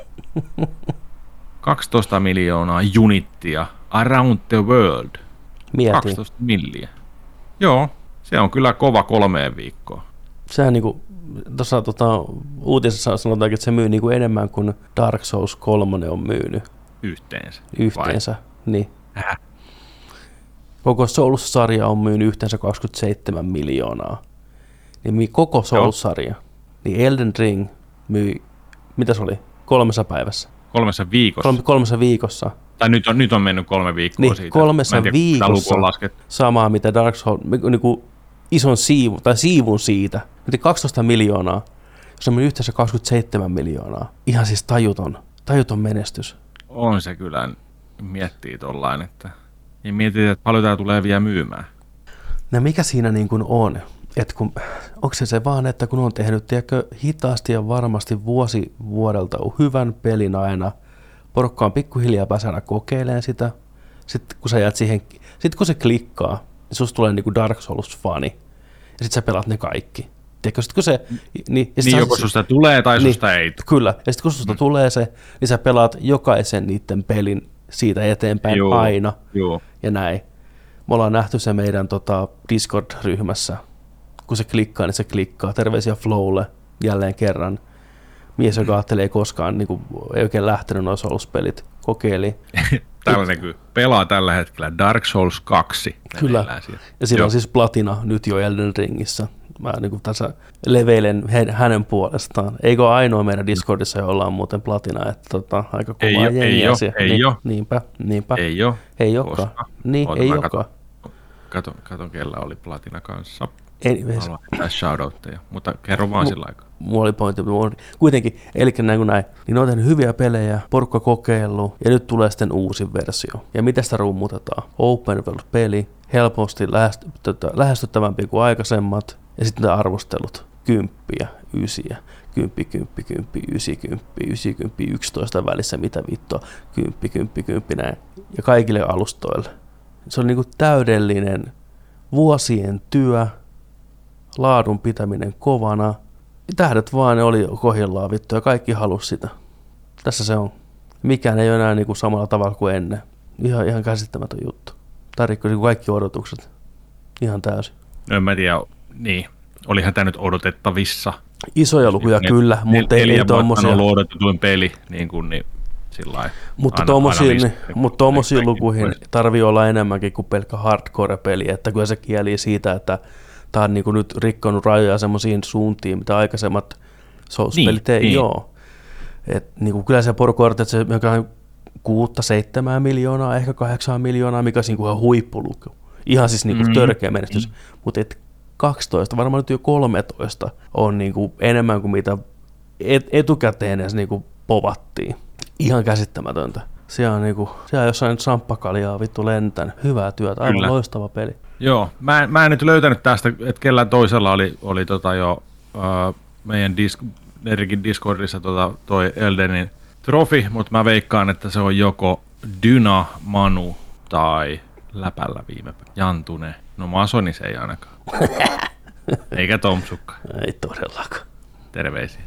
12 miljoonaa unittia around the world. Mietin. 12 milliä. Joo, se on kyllä kova 3 viikkoa. Sehän niinku, tuossa uutisessa sanotaan, että se myy niinku enemmän kuin Dark Souls 3 on myynyt. Yhteensä. Niin. Koko Souls-sarja on myynyt yhteensä 27 miljoonaa. Niin koko Souls-sarja. Niin Elden Ring myi, mitä se oli, 3 päivässä? 3 viikossa. 3 viikossa. Tai nyt on mennyt 3 viikkoa niin, siitä. 3 viikossa samaa, mitä Dark Souls, niinku ison siivun siitä. Miten 12 miljoonaa, jos on mennyt yhteensä 27 miljoonaa. Ihan siis tajuton menestys. On se kyllä, miettii tollain, että ja mietitään, että paljon tää tulee vielä myymään. No mikä siinä niin kuin on? Onko se vaan, että kun on tehnyt hitaasti ja varmasti vuosi vuodelta hyvän pelin aina, porukka on pikkuhiljaa pääsänä kokeilemaan sitä, sitten kun sä jäät siihen, sitten kun se klikkaa, niin susta tulee niin kuin Dark Souls-fani, ja sitten sä pelaat ne kaikki. Tiedätkö, sit kun se... Niin joko susta tulee tai susta ei. Kyllä, ja sitten kun susta tulee se, niin sä pelaat jokaisen niiden pelin siitä eteenpäin aina, ja näin. Me ollaan nähty se meidän Discord-ryhmässä. Kun se klikkaa, niin se klikkaa. Terveisiä Flowlle jälleen kerran. Mies, joka ajattelee ei koskaan, niin kuin, ei oikein lähtenyt noin Souls-pelit, kokeili. Tällainen kyllä pelaa tällä hetkellä Dark Souls 2. Kyllä, ja sillä on siis platina nyt jo Elden Ringissä. Mä niin kuin tässä leveilen hänen puolestaan. Eikö ole ainoa meidän Discordissa, jolla on muuten platina, että aika kovaa jengiä asia. Ei ole. Niinpä. Ei ole. Ei olekaan. Niin, ei olekaan. Katon, kellä oli platina kanssa. Haluan pitää shoutoutteja, mutta kerro vaan sillä aikaa. Mulla oli pointti, kuitenkin, eli näin, niin ne on tehnyt hyviä pelejä, porukka kokeillut, ja nyt tulee sitten uusi versio. Ja mitä sitä rummutetaan? Open world-peli, helposti lähestyttävämpi kuin aikaisemmat, Ja sitten ne arvostelut, 10, 9, 10, 10, 10, 9, 10, 9, 10, 11 välissä, mitä vittua, 10, 10, 10 näin. Ja kaikille alustoille. Se oli niinku täydellinen vuosien työ, laadun pitäminen kovana. Tähdet vaan ne oli kohdillaan vittu ja kaikki halusi sitä. Tässä se on. Mikään ei ole enää niinku samalla tavalla kuin ennen. Ihan käsittämätön juttu. Tarikko kaikki odotukset. Ihan täysin. No en mä tiedä, niin. Olihan tämä nyt odotettavissa. Isoja lukuja kyllä, mutta ei tommosia. 4 vuotta on odotetuin peli, niin kuin niin sillain. Mutta tommosiin lukuihin tarvii olla enemmänkin kuin pelkkä hardcore-peli, että kyllä se kieli siitä, että tämä on niinku nyt rikkonut rajoja semmoisiin suuntiin, mitä aikaisemmat Souls-pelit ei ole. Et niinku kyllä se porukortti, että se 6-7 miljoonaa, ehkä 8 miljoonaa, mikä on niinku ihan huippuluku. Ihan siis niinku törkeä menestys, mutta 12, varmaan nyt jo 13 on niinku enemmän kuin mitä etukäteen edes niinku povattiin. Ihan käsittämätöntä. Siellä on jossain nyt samppakaljaa vittu lentänyt. Hyvää työtä, aivan kyllä. Loistava peli. Joo, mä en nyt löytänyt tästä, että kellään toisella oli jo meidän Erikin Discordissa toi Eldenin trofi, mutta mä veikkaan, että se on joko Dyna, Manu tai Läpällä viime päivä. Jantune. No Masoni se ei ainakaan. Eikä Tomsukka. Ei todellakaan. Terveisiä.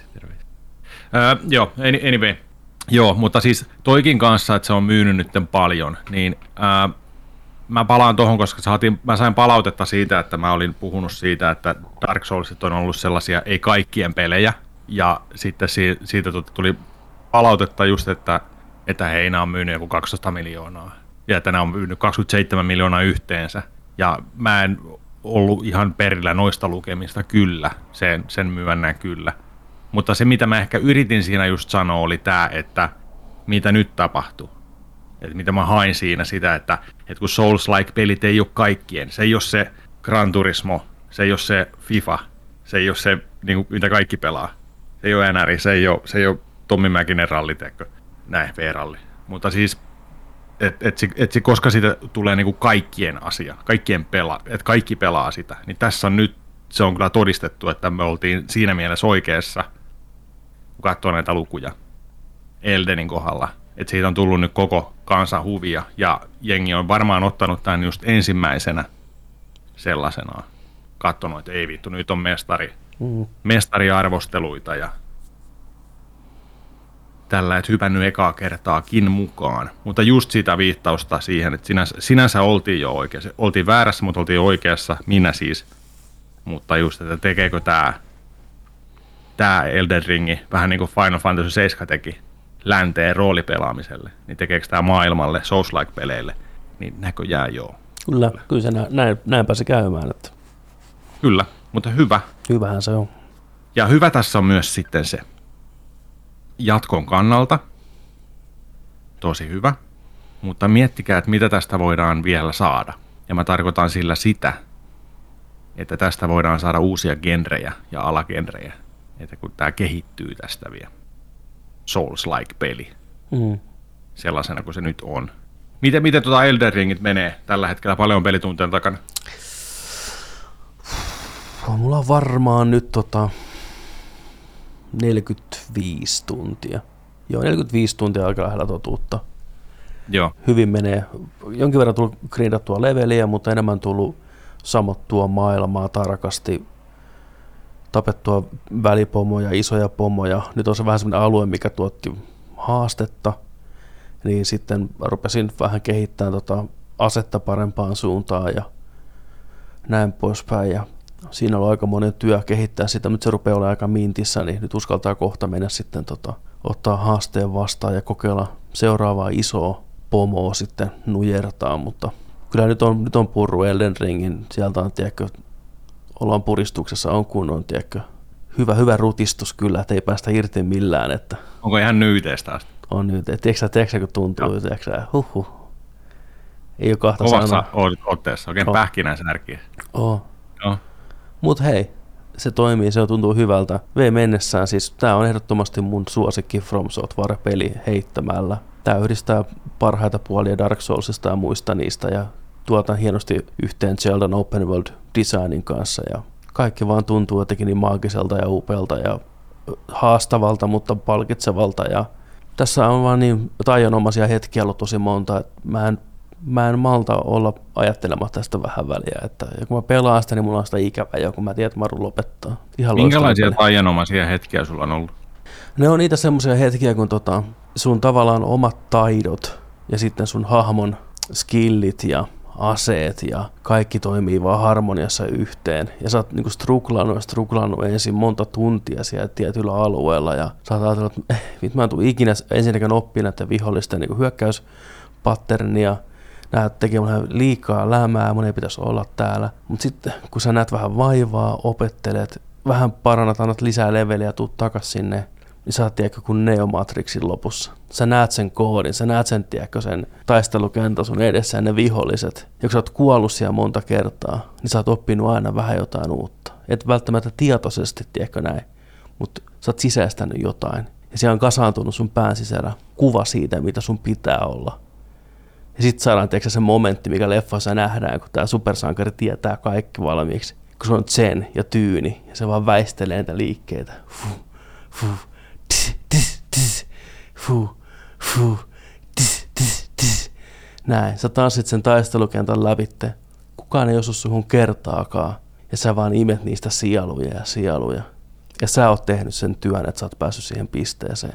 Joo, anyway. Joo, mutta siis toikin kanssa, että se on myynyt nyt paljon, niin mä palaan tuohon, koska mä sain palautetta siitä, että mä olin puhunut siitä, että Dark Soulsit on ollut sellaisia ei kaikkien pelejä, ja sitten siitä tuli palautetta just, että heinä on myynyt joku 12 miljoonaa, ja että nämä on myynyt 27 miljoonaa yhteensä, ja mä en ollut ihan perillä noista lukemista kyllä, sen myönnän kyllä. Mutta se, mitä mä ehkä yritin siinä just sanoa, oli tämä, että mitä nyt tapahtuu. Että mitä mä hain siinä sitä, että kun Souls-like-pelit ei ole kaikkien. Se ei ole se Gran Turismo, se ei ole se FIFA, se ei ole se, niin kuin, mitä kaikki pelaa. Se ei ole NR, se ei ole Tommi Mäkinen ralli, teekö? Näin, V-ralli. Mutta siis, koska siitä tulee niin kuin kaikkien asia, että kaikki pelaa sitä, niin tässä on nyt, se on kyllä todistettu, että me oltiin siinä mielessä oikeassa, kun katsoo näitä lukuja Eldenin kohdalla, että siitä on tullut nyt koko kansan huvia, ja jengi on varmaan ottanut tämän just ensimmäisenä sellaisenaan. Katsonut, että ei vittu, nyt on mestariarvosteluita ja tällä, että hypännyt ekaa kertaakin mukaan. Mutta just sitä viittausta siihen, että sinänsä oltiin jo oikeassa. Oltiin väärässä, mutta oltiin oikeassa, minä siis. Mutta just, että tekeekö tämä Elden Ringi, vähän niin kuin Final Fantasy 7 teki länteen roolipelaamiselle, niin tekeekö tämä maailmalle, Souls-like-peleille, niin näköjään joo. Kyllä se näinpä se käymään. Että. Kyllä, mutta hyvä. Hyvähän se on. Ja hyvä tässä on myös sitten se jatkon kannalta, tosi hyvä, mutta miettikää, että mitä tästä voidaan vielä saada. Ja mä tarkoitan sillä sitä, että tästä voidaan saada uusia genrejä ja alagenrejä, että kun tämä kehittyy tästä vielä. Souls-like-peli, sellaisena kuin se nyt on. Miten Elden Ringit menee tällä hetkellä? Paljon pelitunteen takana? Mulla on varmaan nyt 45 tuntia. Joo, 45 tuntia aika lähellä totuutta. Joo. Hyvin menee. Jonkin verran tullut grindattua leveliä, mutta enemmän tullut samottua maailmaa tarkasti, tapettua välipomoja, isoja pomoja. Nyt on se vähän sellainen alue, mikä tuotti haastetta, niin sitten rupesin vähän kehittämään asetta parempaan suuntaan ja näin poispäin. Ja siinä on aika monen työ kehittää sitä, mutta se rupeaa olemaan aika mintissä, niin nyt uskaltaa kohta mennä sitten ottaa haasteen vastaan ja kokeilla seuraavaa isoa pomoa sitten nujertaa, mutta kyllä nyt on purru Elden Ringin, sieltä on, tiedätkö, ollaan puristuksessa, on kunnon, tiedätkö, hyvä rutistus kyllä, että ei päästä irti millään. Että onko ihan nyyteestä asti? On nyt, tiedätkö kun tuntuu, tiedätkö, ei ole kahta sanaa. Kovassa otteessa, oikein pähkinänsärkiä. Joo. Mut hei, se toimii, se tuntuu hyvältä. Mennessään, siis tää on ehdottomasti mun suosikki From Software-peli heittämällä. Tää yhdistää parhaita puolia Dark Soulsista ja muista niistä ja tuotan hienosti yhteen Zeldan Open World Designin kanssa ja kaikki vaan tuntuu jotenkin niin maagiselta ja upealta ja haastavalta, mutta palkitsevalta. Ja tässä on vaan niin taianomaisia hetkiä ollut tosi monta, että mä en malta olla ajattelematta tästä vähän väliä. Että, ja kun mä pelaan sitä, niin mulla on sitä ikävää jo, kun mä tiedän, että Maru lopettaa. Minkälaisia taianomaisia hetkiä sulla on ollut? Ne on niitä semmoisia hetkiä, kun sun tavallaan omat taidot ja sitten sun hahmon skillit ja aseet ja kaikki toimii vaan harmoniassa yhteen. Ja sä oot niinku struglannut ensin monta tuntia siellä tietyllä alueella ja sä oot ajatellut, että mä en tule ikinä ensinnäkään oppia näiden vihollisten niinku hyökkäyspatternia. Nää tekee liikaa lämää, mun ei pitäisi olla täällä. Mutta sitten kun sä näet vähän vaivaa, opettelet, vähän parannat, annat lisää leveliä ja tuut takas sinne, niin sä oot tiedätkö kuin Neo Matrixin lopussa. Sä näet sen koodin, sä näet sen, tiedätkö, sen taistelukentän sun edessä ja ne viholliset. Ja kun sä oot kuollut siellä monta kertaa, niin sä oot oppinut aina vähän jotain uutta. Et välttämättä tietoisesti, tiedätkö näin, mutta sä oot sisäistänyt jotain. Ja siellä on kasaantunut sun pään sisällä kuva siitä, mitä sun pitää olla. Ja sit saadaan tiedätkö, se momentti, mikä leffassa nähdään, kun tää supersankari tietää kaikki valmiiksi. Kun se on zen ja tyyni ja se vaan väistelee niitä liikkeitä. Näin, sä tanssit sen taistelukentän läpitte. Kukaan ei osu suhun kertaakaan. Ja sä vaan imet niistä sieluja ja sieluja. Ja sä oot tehnyt sen työn, että sä oot päässyt siihen pisteeseen.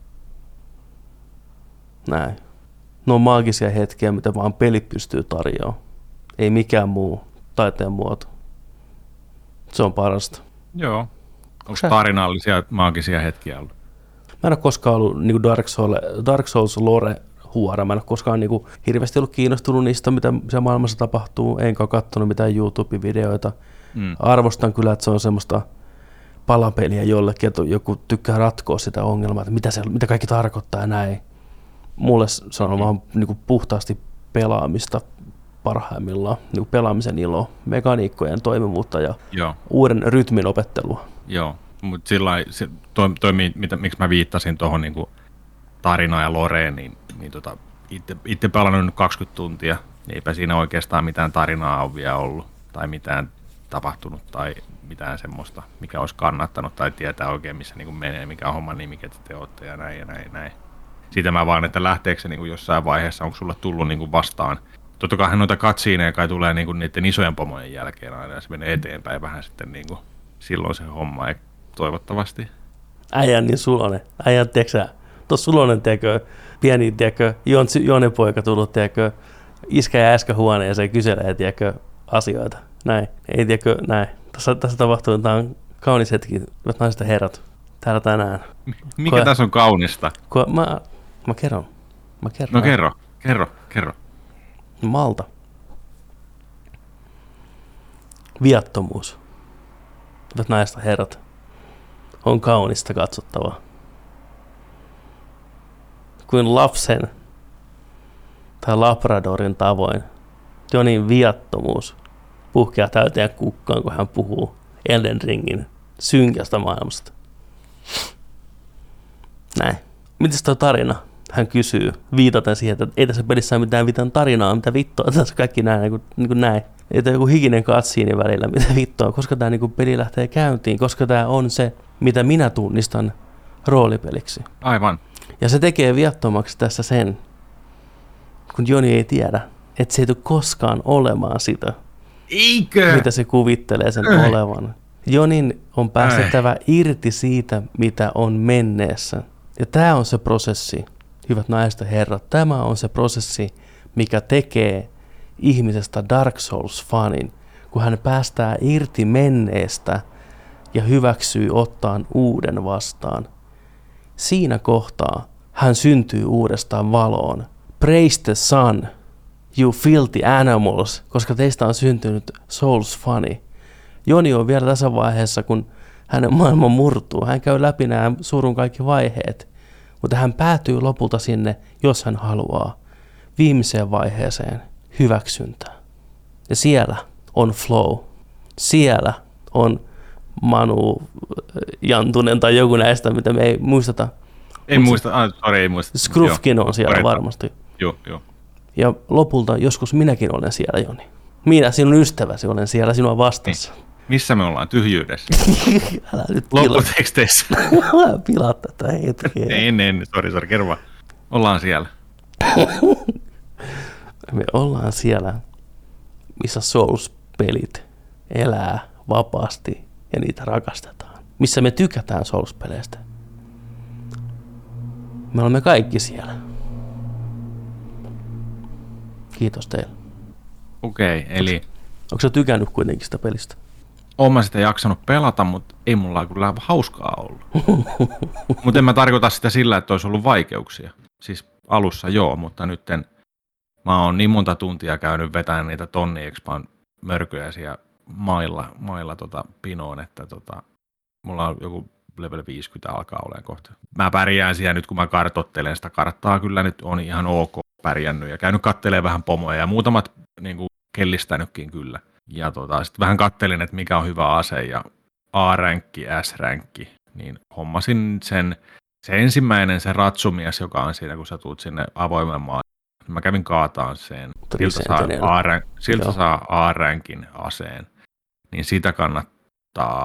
Näin. Ne on maagisia hetkiä, mitä vaan peli pystyy tarjoamaan. Ei mikään muu taiteen muoto. Se on parasta. Joo. Onko tarinallisia maagisia hetkiä ollut? Mä en ole koskaan ollut niin Dark Souls lore-huora. Mä en ole koskaan niin hirveästi ollut kiinnostunut niistä, mitä siellä maailmassa tapahtuu. Enkä ole katsonut mitään YouTube-videoita. Arvostan kyllä, että se on semmoista palapeliä jollekin, että joku tykkää ratkoa sitä ongelmaa, että mitä kaikki tarkoittaa ja näin. Mulle se on vaan niin puhtaasti pelaamista parhaimmillaan, niin pelaamisen iloa, mekaniikkojen toimivuutta ja uuden rytmin opettelua. Joo, mutta sillä se toimii, miksi mä viittasin tuohon niin tarinaan ja loreen, niin itse pelannut nyt 20 tuntia, niin eipä siinä oikeastaan mitään tarinaa ole vielä ollut, tai mitään tapahtunut, tai mitään semmoista, mikä olisi kannattanut, tai tietää oikein, missä niin menee, mikä on homman nimi, ketä te olette, ja näin, ja näin, ja näin. Siitä mä vaan, että lähteekö se niin jossain vaiheessa, onko sulle tullut niin vastaan. Totta kai noita katsiineja kai tulee niin niiden isojen pomojen jälkeen aina, ja se menee eteenpäin vähän sitten niin silloin se homma, ei toivottavasti. Äijän niin sulonen. Äijän, tiedätkö tuossa sulonen, tiedätkö, pieni, tiedätkö, Jone-poika tullut, tiedätkö, iskä ja äskä huoneeseen kyselee, tiedätkö, asioita. Näin. Ei, tiedätkö, näin. Tässä tapahtuu, tämä on kaunis hetki, hyvät naiset ja herrat, täällä tänään. Mikä tässä on kaunista? Mä kerron. No kerro. Malta. Viattomuus. Hyvät naiset ja herrat, on kaunista katsottavaa. Kuin lapsen tai labradorin tavoin Jonin viattomuus puhkeaa täyteen kukkaan, kun hän puhuu Elden Ringin synkästä maailmasta. Näin. Mites toi tarina? Hän kysyy, viitaten siihen, että ei tässä pelissä ole mitään tarinaa, mitä vittua, tässä kaikki näin, niin kuin näin. Että joku hikinen katsiini välillä, mitä vittua, koska tämä niin peli lähtee käyntiin, koska tämä on se, mitä minä tunnistan roolipeliksi. Aivan. Ja se tekee viattomaksi tässä sen, kun Joni ei tiedä, että se ei tule koskaan olemaan sitä, mitä se kuvittelee sen olevan. Jonin on päästettävä irti siitä, mitä on menneessä. Ja tämä on se prosessi, hyvät naiset ja herrat, tämä on se prosessi, mikä tekee ihmisestä Dark Souls-fanin, kun hän päästää irti menneestä ja hyväksyy ottaan uuden vastaan. Siinä kohtaa hän syntyy uudestaan valoon. Praise the sun, you filthy animals, koska teistä on syntynyt Souls-fani. Joni on vielä tässä vaiheessa, kun hänen maailma murtuu. Hän käy läpi nämä surun kaikki vaiheet, mutta hän päätyy lopulta sinne, jos hän haluaa, viimeiseen vaiheeseen, hyväksyntää. Ja siellä on flow. Siellä on Manu Jantunen tai joku näistä, mitä me ei muisteta. Ei muista. Skrufkin on siellä varmasti. Joo. Ja lopulta joskus minäkin olen siellä, Joni. Minä, sinun ystäväsi, olen siellä sinua vastassa. Missä me ollaan? Tyhjyydessä. Älä nyt Lopputeksteissä. Älä pilaa tätä hetkeä. En. Sori, kerro vaan. Ollaan siellä. Me ollaan siellä, missä Souls-pelit elää vapaasti ja niitä rakastetaan. Missä me tykätään Souls-peleistä. Me olemme kaikki siellä. Kiitos teille. Okei, eli Onko sä tykännyt kuitenkin sitä pelistä? oon mä sitä jaksanut pelata, mutta ei mulla kyllä hauskaa ollut. Mutta en mä tarkoita sitä sillä, että olisi ollut vaikeuksia. Siis alussa joo, mutta nytten mä oon niin monta tuntia käynyt vetämään niitä tonni expan mörköjä siellä mailla pinoon, että mulla on joku level 50 alkaa olemaan kohta. Mä pärjään siellä nyt, kun mä kartoittelen sitä karttaa, kyllä nyt on ihan ok pärjännyt ja käynyt kattelemaan vähän pomoja ja muutamat niin kuin kellistänytkin kyllä. Ja sitten vähän kattelin, että mikä on hyvä ase ja A-ränkki, S-ränkki, niin hommasin se ensimmäinen, se ratsumies, joka on siinä, kun sä tuut sinne avoimen maan. Mä kävin kaataan sen. Siltä saa A-ränkin aseen, niin sitä kannattaa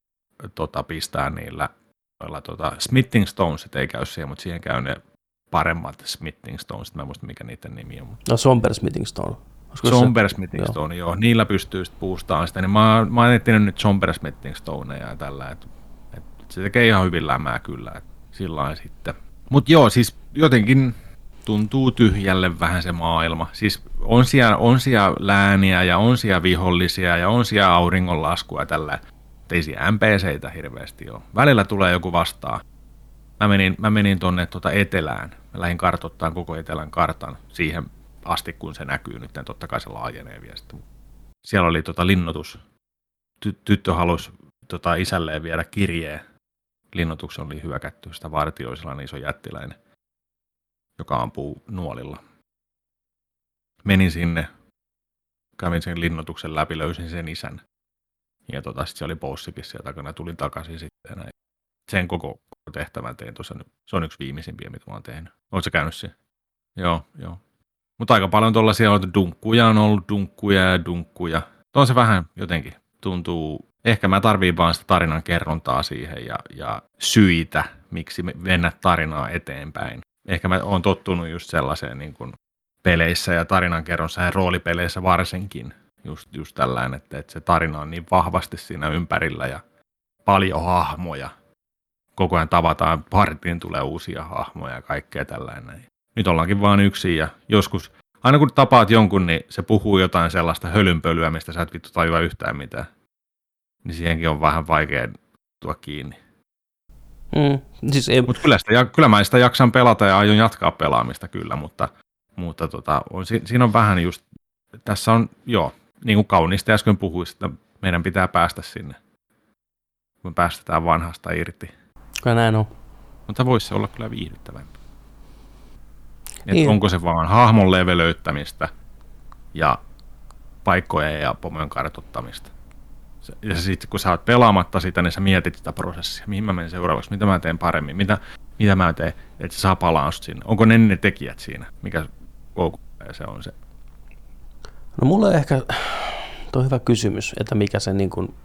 pistää niillä Smithing Stones, ei käy siihen, mutta siihen käy ne paremmat Smithing Stones, mä en muista mikä niiden nimi on. No Somber Smithing Stone. Somber Smithing Stone, joo. Niillä pystyy sitten boostaan sitä, niin mä oon etsinyt nyt Somber Smithing Stoneja ja tällä, että se tekee ihan hyvin lämää kyllä, että sillain sitten. Mut joo, siis jotenkin tuntuu tyhjälle vähän se maailma. Siis on siellä lääniä ja on siellä vihollisia ja on siellä auringonlaskua ja tällä. Ei siellä NPCitä hirveästi ole. Välillä tulee joku vastaan. Mä menin tonne etelään. Mä lähdin kartoittamaan koko etelän kartan siihen asti, kun se näkyy nyt. Totta kai se laajenee vielä sitten. Siellä oli linnoitus. Tyttö halusi isälleen viedä kirjeen. Linnoituksen oli hyökätty. Sitä vartioi sellainen iso jättiläinen, joka ampuu nuolilla. Menin sinne, kävin sen linnoituksen läpi, löysin sen isän. Ja sitten se oli bossikin siellä takana, tulin takaisin sitten näin. Sen koko tehtävän tein tuossa nyt. Se on yksi viimeisimpiä, mitä mä oon tehnyt. Oletko sä käynyt siellä? Joo. Mutta aika paljon tuollaisia on ollut dunkkuja. Tuo se vähän jotenkin tuntuu, ehkä mä tarviin vaan sitä tarinan kerrontaa siihen ja syitä, miksi mennä tarinaa eteenpäin. Ehkä mä oon tottunut just sellaiseen niin kuin peleissä ja tarinankerronsa ja roolipeleissä varsinkin. Just tällainen, että se tarina on niin vahvasti siinä ympärillä ja paljon hahmoja. Koko ajan tavataan, partiin tulee uusia hahmoja ja kaikkea tällainen. Nyt ollaankin vaan yksin ja joskus, aina kun tapaat jonkun, niin se puhuu jotain sellaista hölynpölyä, mistä sä et vittu tajua yhtään mitään. Niin siihenkin on vähän vaikea tulla kiinni. Siis Mutta kyllä mä sitä jaksan pelata ja aion jatkaa pelaamista kyllä, mutta siinä on vähän just, tässä on, joo, niin kuin kauniisti äsken puhuisi, että meidän pitää päästä sinne, kun päästetään vanhasta irti. Kyllä näin on. Mutta voisi se olla kyllä viihdyttävämpää. Niin. Onko se vaan hahmon levelöittämistä ja paikkojen ja pomojen kartoittamista. Ja sitten kun sä oot pelaamatta sitä, niin sä mietit sitä prosessia. Mihin mä menen seuraavaksi? Mitä mä teen paremmin? Mitä mä teen, että se saa palansa sinne? Onko ne tekijät siinä? Mikä se on se? No mulle ehkä, tuo on hyvä kysymys, että mikä se niin kuin...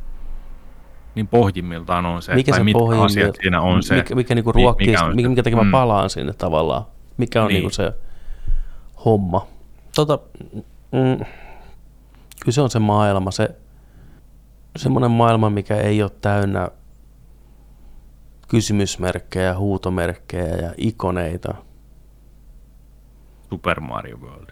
Niin pohjimmiltaan on se, mikä tai se mitkä asiat siinä on se. Mikä niinku ruokkii, mikä tekee mä palaan sinne tavallaan. Mikä on niinku se homma. Kyllä se on se maailma, semmoinen maailma, mikä ei ole täynnä kysymysmerkkejä, huutomerkkejä ja ikoneita. Super Mario World.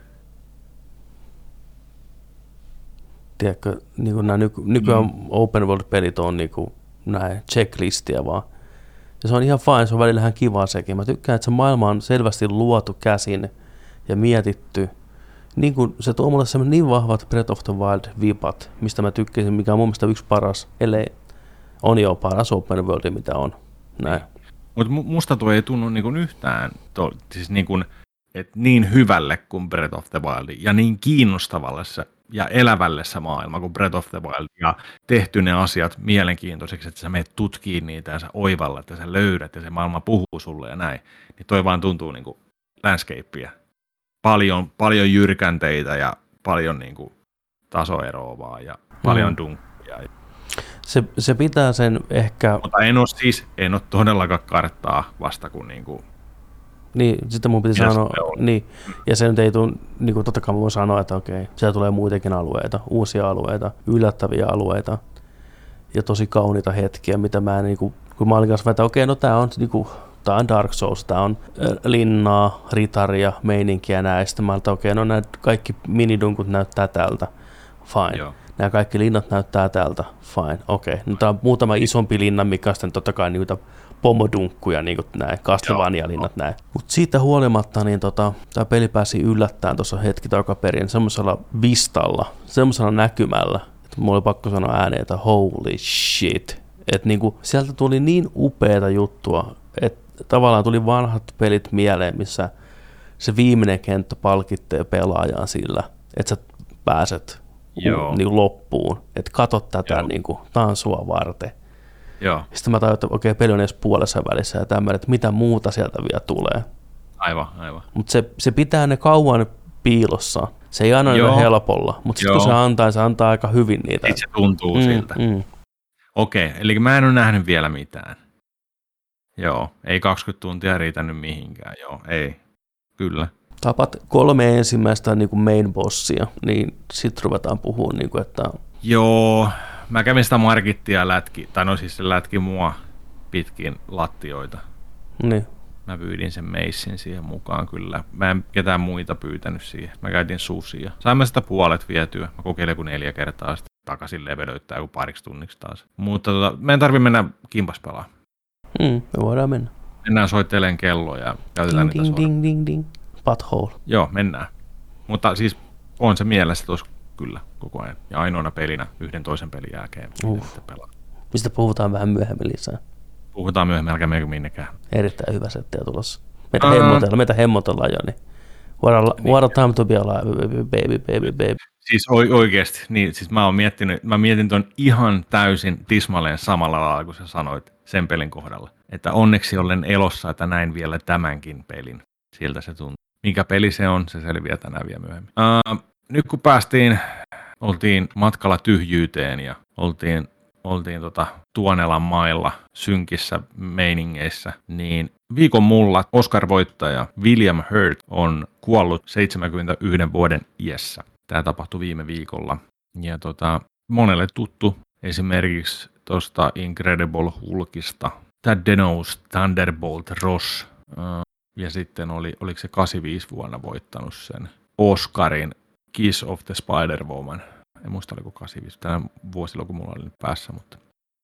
Tiedätkö, niin kuin nämä nykyään open world-pelit on niin kuin näin checklistia vaan. Ja se on ihan fine, se on välillä ihan kiva sekin. Mä tykkään, että se maailma on selvästi luotu käsin ja mietitty. Niin kuin se tuo mulle semmoinen niin vahvat Breath of the Wild-vipat, mistä mä tykkäsin, mikä on mun mielestä yksi paras, ellei on jo paras open world, mitä on. Näin. Mutta musta tuo ei tunnu niin kuin yhtään siis niin kuin, että niin hyvälle kuin Breath of the Wild ja niin kiinnostavalle ja elävälle se maailma kuin Breath of the Wild ja tehty ne asiat mielenkiintoiseksi, että sä menet tutkiin niitä ja sä oivallat ja sä löydät ja se maailma puhuu sulle ja näin. Niin toi vaan tuntuu niin kuin landscapea. Paljon jyrkänteitä ja paljon niin kuin tasoeroa vaan ja paljon Ja Se pitää sen ehkä... Mutta en ole todellakaan karttaa vasta kun niinku... Niin, sitten mun piti sanoa, niin, ja se nyt ei tule, niin kuin totta kai mä voin sanoa, että okei, siellä tulee muitakin alueita, uusia alueita, yllättäviä alueita ja tosi kauniita hetkiä, mitä mä niin kuin, kun mä olin kanssa että okei, no tää on niin kuin, tää on Dark Souls, tää on linnaa, ritaria, meininkiä näistä, mä olin, että okei, no nämä kaikki minidunkut näyttää tältä, fine. Joo. Nämä kaikki linnat näyttää tältä, fine, okei. No tää on muutama isompi linna, mikä on sitten totta kai niitä pomodunkkuja, niin kuin näin, Castlevania-linnat näin. Mutta siitä huolimatta, niin tämä peli pääsi yllättäen tuossa hetki takaperin semmoisella vistalla, semmoisella näkymällä, että mulla oli pakko sanoa ääneen, että holy shit. Että niinku, sieltä tuli niin upeata juttua, että tavallaan tuli vanhat pelit mieleen, missä se viimeinen kenttä palkittee pelaajaan sillä, että sä pääset niin loppuun. Että katot tätä, niinku, tää on sua varten. Joo. Sitten mä tajuin, että okei, peli on edes puolessa välissä ja tämmöinen, että mitä muuta sieltä vielä tulee. Aivan. Mutta se pitää ne kauan piilossa. Se ei aina ole helpolla, mutta sitten kun se antaa aika hyvin niitä. Sitten se tuntuu siltä. Okei, eli mä en ole nähnyt vielä mitään. Joo, ei 20 tuntia riitänyt mihinkään. Joo, ei. Kyllä. Tapat 3 ensimmäistä niin kuin main bossia, niin sitten ruvetaan puhumaan, niin kuin, että... Joo, mä kävin sitä markittia se lätki mua pitkin lattioita. Niin. Mä pyydin sen meissin siihen mukaan kyllä. Mä en ketään muita pyytänyt siihen. Mä käytin susia. Saimme sitä puolet vietyä. Mä kokeilin joku 4 kertaa sitten takaisin levelöittää joku pariksi tunniksi taas. Mutta meidän tarvii mennä kimpas pelaa. Me voidaan mennä. Mennään soittelemaan kelloa ja käytetään niitä soita. Ding. Butthole. Joo, mennään. Mutta siis on se mielessä tuossa kyllä koko ajan. Ja ainoana pelinä yhden toisen pelin jälkeen. Mistä puhutaan vähän myöhemmin lisää. Puhutaan myöhemmin, älkää meikö minnekään. Erittäin hyvä settiä tulossa. Meitä hemmotellaan jo, niin what a time to be alive, baby. Siis oikeasti, niin, siis mä mietin ton ihan täysin tismalleen samalla lailla, kun sä sanoit sen pelin kohdalla. Että onneksi olen elossa, että näin vielä tämänkin pelin. Siltä se tuntuu. Mikä peli se on, se selviää tänään vielä myöhemmin. Nyt kun oltiin matkalla tyhjyyteen ja oltiin Tuonelan mailla synkissä meiningeissä, niin viikon mulla Oscar-voittaja William Hurt on kuollut 71 vuoden iässä. Tämä tapahtui viime viikolla. Ja monelle tuttu esimerkiksi tuosta Incredible Hulkista, Thanos Thunderbolt Ross. Ja sitten oliko se 85 vuonna voittanut sen Oscarin Kiss of the Spider-Woman. En muista, oliko 85. Tänä vuosilla, kun mulla oli nyt päässä, mutta...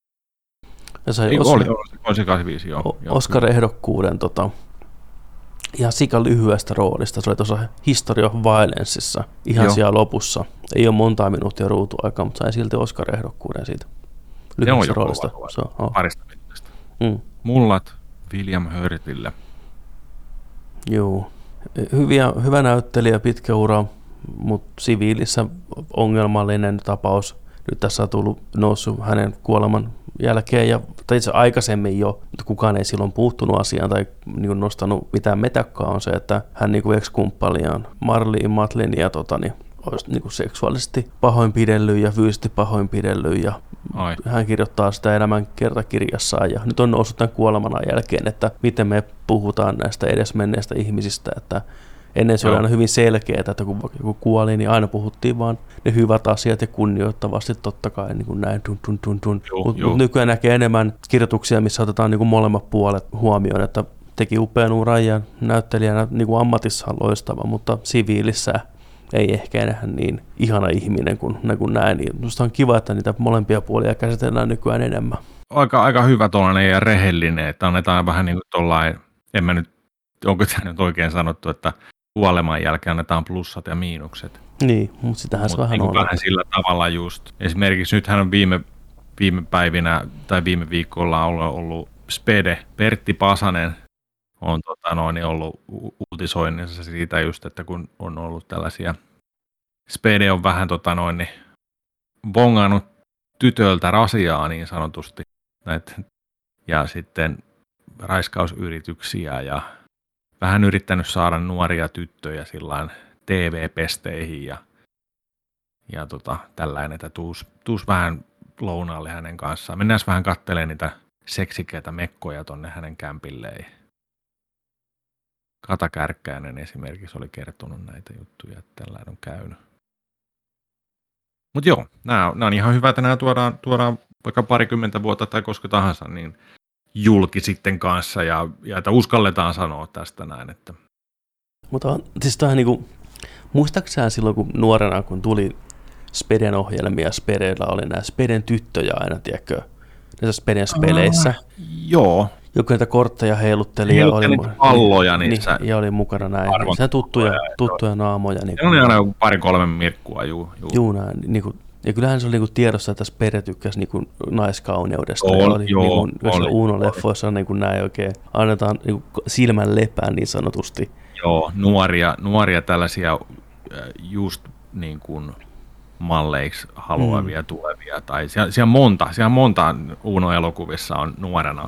Oli se 85, joo. Oscar-ehdokkuuden ihan sika lyhyestä roolista. Se oli tuossa History of Violenceissa ihan siellä lopussa. Ei ole montaa minuuttia ruutuaikaa, mutta sai silti Oscar-ehdokkuuden siitä lyhyestä roolista. Parista minuutista. Mullat William Hurtille. Joo. Hyvä näyttelijä, pitkä ura, mutta siviilissä ongelmallinen tapaus. Nyt tässä on noussut hänen kuoleman jälkeen, tai itse aikaisemmin jo, mutta kukaan ei silloin puuttunut asiaan tai niin nostanut mitään metakkaa, on se, että hän niin ex-kumppaliaan Marlene Matlinia olisi niin seksuaalisesti pahoinpidellyt ja fyysisesti pahoinpidellyt, ja hän kirjoittaa sitä elämän kertakirjassaan, ja nyt on noussut tämän kuoleman jälkeen, että miten me puhutaan näistä edesmenneistä ihmisistä, että ennen se oli aina hyvin selkeää, että kun joku kuoli, niin aina puhuttiin vaan ne hyvät asiat ja kunnioittavasti totta kai niin kuin näin. Mutta nykyään näkee enemmän kirjoituksia, missä otetaan niin kuin molemmat puolet huomioon, että teki upean uran ja näyttelijänä niin kuin ammatissaan loistava, mutta siviilissä ei ehkä enää niin ihana ihminen kuin näin. Niin minusta on kiva, että niitä molempia puolia käsitellään nykyään enemmän. Aika hyvä tuollainen ja rehellinen, että annetaan vähän niin kuin tollain, onko tämä nyt oikein sanottu, että kuoleman jälkeen annetaan plussat ja miinukset. Niin, mutta sitähän se vähän on. Vähän sillä tavalla just. Esimerkiksi nythän on viime päivinä tai viime viikolla ollut Spede, Pertti Pasanen on ollut uutisoinnissa siitä just, että kun on ollut tällaisia, Spede on vähän bongannut tytöltä rasiaa niin sanotusti, ja sitten raiskausyrityksiä ja vähän yrittänyt saada nuoria tyttöjä sillain TV-pesteihin ja tällainen, että tuus vähän lounaalle hänen kanssaan. Mennään vähän katselemaan niitä seksikäitä mekkoja tonne hänen kämpilleen. Kata Kärkkäinen esimerkiksi oli kertonut näitä juttuja, että tällainen on käynyt. Mutta joo, nämä on ihan hyvä, että nämä tuodaan vaikka 20 vuotta tai koska tahansa niin julki sitten kanssa ja että uskalletaan sanoa tästä näin. Että. Mutta siis tämähän niinku, muistaakseni silloin kun nuorena, kun tuli Speden ohjelmia, Spedellä oli nämä Speden tyttöjä aina, tiedätkö, näissä Speden speleissä. Joo. Joku näitä kortteja heilutteli ja oli palloja niissä. Ja oli mukana näin. Se tuttuja naamoja. Niin se oli aina 2-3 mirkkua, juu näin. Niin kuin, ja kyllähän se oli niin tiedossa, että Spede tykkäsi niin naiskauneudesta. Oli. Uno-leffoissa niin näin oikein annetaan niin silmän lepään niin sanotusti. Joo, nuoria tällaisia just niin kuin malleiksi haluavia tulevia. Tai siellä monta Uno-elokuvissa on nuorena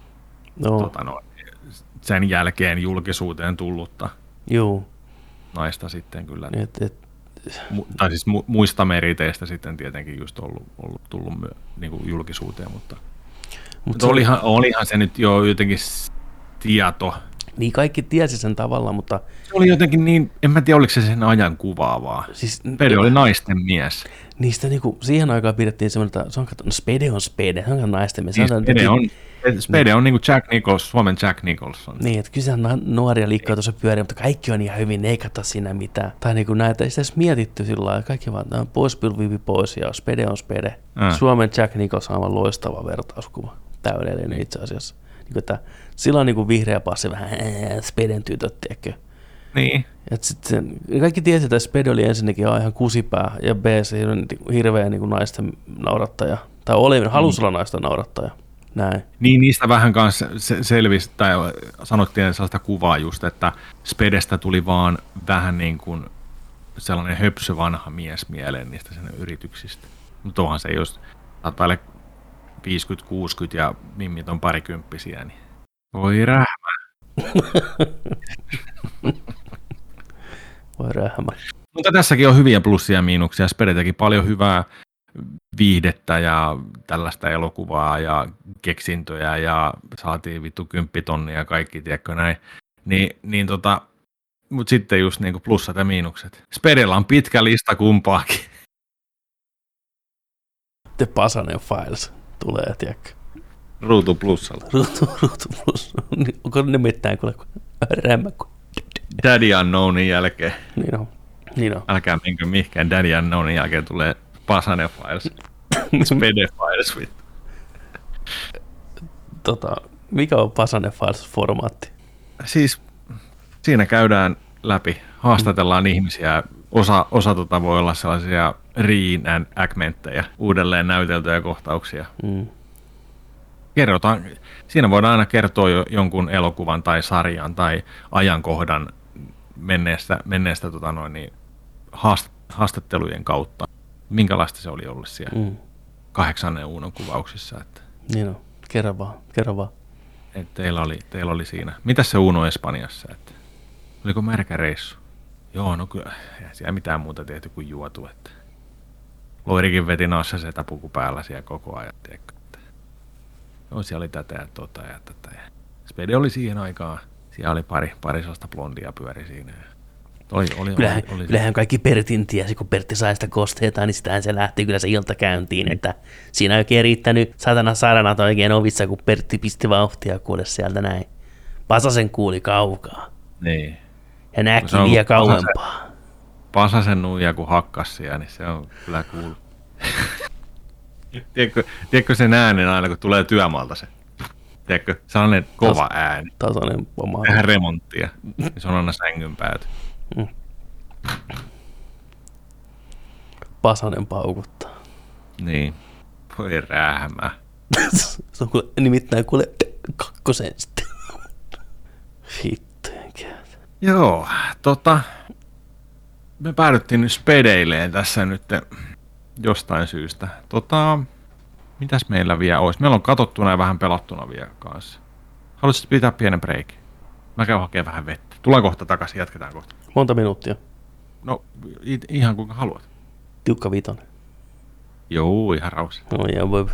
sen jälkeen julkisuuteen tullutta naista sitten kyllä. Tai siis muista meriteistä sitten tietenkin just ollut tullut niin kuin julkisuuteen, mutta olihan se nyt jo jotenkin tieto. Niin kaikki tiesi sen tavalla, mutta se oli jotenkin niin, en mä tiedä oliko se sen ajan kuvaavaa. Siis, Spede oli naisten mies. Niistä niinku, siihen aikaan pidettiin semmoinen, että Spede on Spede, se on naisten mies. Spede on niin kuin Jack Nicholson, Suomen Jack Nicholson. Niin, että kyllä siellä nuoria liikkoja tuossa pyörii, mutta kaikki on ihan hyvin, ei katso siinä mitään. Tai niin kuin näitä, ei sitä edes mietitty sillä lailla, kaikki vaan pois pilvivi pois ja Spede on Spede. Suomen Jack Nicholson on aivan loistava vertauskuva, täydellinen itse asiassa. Niin, että sillä on niin vihreä passi vähän Speden tytöt, tiedätkö? Niin. Kaikki tiesi, että Spede oli ensinnäkin ihan kusipää ja B se oli hirveä niin naisten naurattaja. Tai halusi olla naisten naurattaja. Näin. Niin, niistä vähän kanssa selvisi, tai sanottiin sellaista kuvaa just, että Spedestä tuli vaan vähän niin kuin sellainen höpsö vanha mies mieleen niistä sen yrityksistä. Mutta onhan se, jos saattaa olla 50-60 ja mimmit on parikymppisiä, niin voi rähmä. Voi rähmä. Mutta tässäkin on hyviä plussia ja miinuksia. Spede teki paljon hyvää viihdettä ja tällaista elokuvaa ja keksintöjä ja saatiin vittu 10 tonnia ja kaikki, tiedätkö näin. Mutta sitten just niinku plussat ja miinukset. Spedellä on pitkä lista kumpaakin. The Pasanen Files tulee, tiedätkö. Ruutu plussalla. Ruutu plussalla. Onko nimittäin kuule rämmä kuin Daddy Unknownin jälkeen. Niin on. Älkää menkö mihinkään. Daddy Unknownin jälkeen tulee Pasanen Files. Spede Files. Mikä on Pasanen Files-formaatti? Siis siinä käydään läpi, haastatellaan ihmisiä. Osa voi olla sellaisia reenactmentteja, uudelleen näyteltyjä kohtauksia. Kerrotaan, siinä voidaan aina kertoa jonkun elokuvan tai sarjan tai ajankohdan menneestä haastattelujen kautta. Minkälaista se oli ollut siellä 8. Unon kuvauksissa? Että. Niin on, kerran vaan. Että teillä oli siinä. Mitäs se Uno Espanjassa? Että. Oliko märkä reissu? Joo, no kyllä. Ei siellä mitään muuta tehty kuin juotu. Että. Loirikin veti nassa setäpuku päällä siellä koko ajan. Joo, siellä oli tätä ja tota ja tätä. Spede oli siihen aikaan. Siellä oli pari sellaista blondia pyöri siinä. Kyllähän kaikki Pertin tiesi, kun Pertti sai sitä kosteita, niin sitähän se lähti kyllä se ilta käyntiin. Että siinä ei oikein riittänyt satana saranat oikein ovissa, kun Pertti pisti vauhtia kuule sieltä näin. Pasasen kuuli kaukaa. Niin. Ja näki vielä kauempaa. Pasasen nuija kun hakkas siellä, niin se on kyllä cool. Tiedätkö sen äänen aina, kun tulee työmaalta se? Tiedätkö, sellainen kova ääni. Tasainen oma. Tehdään remonttia. Se on aina sängyn pääty. Pasanen paukuttaa. Niin. Voi rähmää. Se on nimittäin kuule kakkosen sitten. Hittojen käytä. Joo, me päädyttiin nyt Spedeileen tässä nyt jostain syystä. Mitäs meillä vielä olisi? Meillä on katsottuna ja vähän pelattuna vielä kanssa. Haluaisitko pitää pienen breikin? Mä käyn hakemaan vähän vettä. Tullaan kohta takaisin, jatketaan kohta. Monta minuuttia? No, ihan kuinka haluat. Tiukka 5. Joo, ihan rauhassa. No yeah, boy.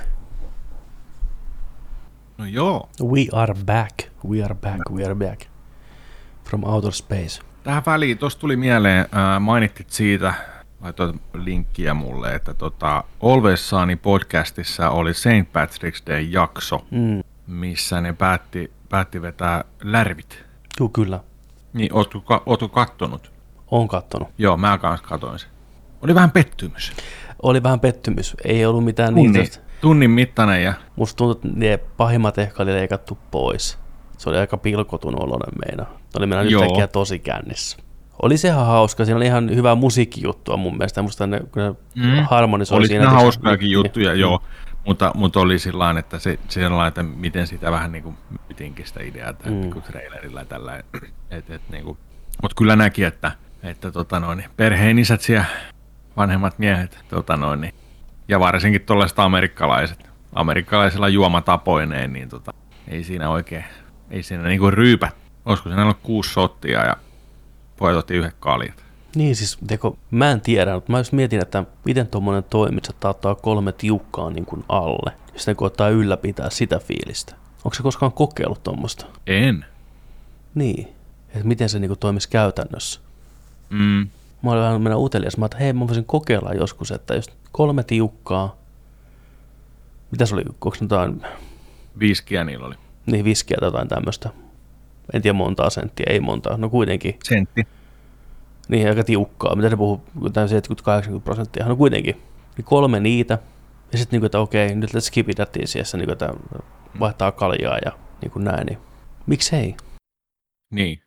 No joo. We are back. We are back. We are back. From outer space. Tähän väliin, tuossa tuli mieleen, mainittit siitä, laitoit linkkiä mulle, että Always Sunny podcastissa oli St. Patrick's Day jakso, missä ne päätti vetää lärvit. Joo, kyllä. Niin, ootko kattonut? Oon kattonut. Joo, mä kanssa katoin sen. Oli vähän pettymys. Oli vähän pettymys. Ei ollut mitään Tunnin mittainen ja... Musta tuntuu, että ne pahimmat ehkä oli leikattu pois. Se oli aika pilkotun oloinen meina. Oli meillä yhtäkkiä tosi kännissä. Oli se ihan hauska. Siinä oli ihan hyvää musiikkijuttua mun mielestä. Musta ne harmonisoi oli siinä. Oli hauskaakin juttuja, joo. Mutta oli sillain, että että miten sitä vähän niin kuin mytinkin sitä ideaa niin trailerilla tällä. Niin mutta kyllä näki, että perheen isät siellä, vanhemmat miehet, ja varsinkin tuollaiset amerikkalaisilla juomatapoineen, niin ei siinä oikein, ei siinä niinku ryypät. Olisiko siinä ollut 6 shottia ja pojat otti 1 kaljat. Niin siis, mä en tiedä, mutta mä just mietin, että miten tuommoinen toimii, että ottaa 3 tiukkaa niin kuin alle, ja sitten koettaa ylläpitää sitä fiilistä. Onko se koskaan kokeillut tuommoista? En. Niin, että miten se niin kuin toimisi käytännössä. Mä olin vähän mennä utelias, että hei, mä voisin kokeilla joskus, että just 3 tiukkaa, mitä se oli, onko jotain... Viskiä niillä oli. Niin, viskiä tai jotain tämmöistä. En tiedä montaa senttiä, ei montaa, no kuitenkin. Sentti. Niin, aika tiukkaa. Mitä ne puhuu, 70-80%, no kuitenkin. Niin 3 niitä, ja sitten niin että okei, nyt let's keep it that easy, niin että vaihtaa kaljaa ja niin kuin näin, niin miksei? Niin.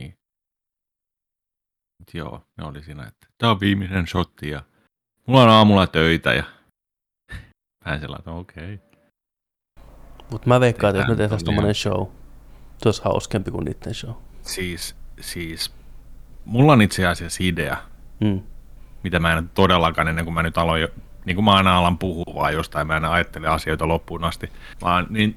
Joo, ne oli siinä, että tää on viimeinen shotti ja mulla on aamulla töitä ja vähän sellainen, okei. Mutta mä veikkaan, että jos me tehtäisiin tommonen show, se olisi hauskempi kuin niiden show. Siis mulla on itse asiassa idea, mitä mä en todellakaan ennen kuin mä nyt aloin, niin kuin mä aina alan puhua vaan jostain, mä en ajattele asioita loppuun asti, vaan niin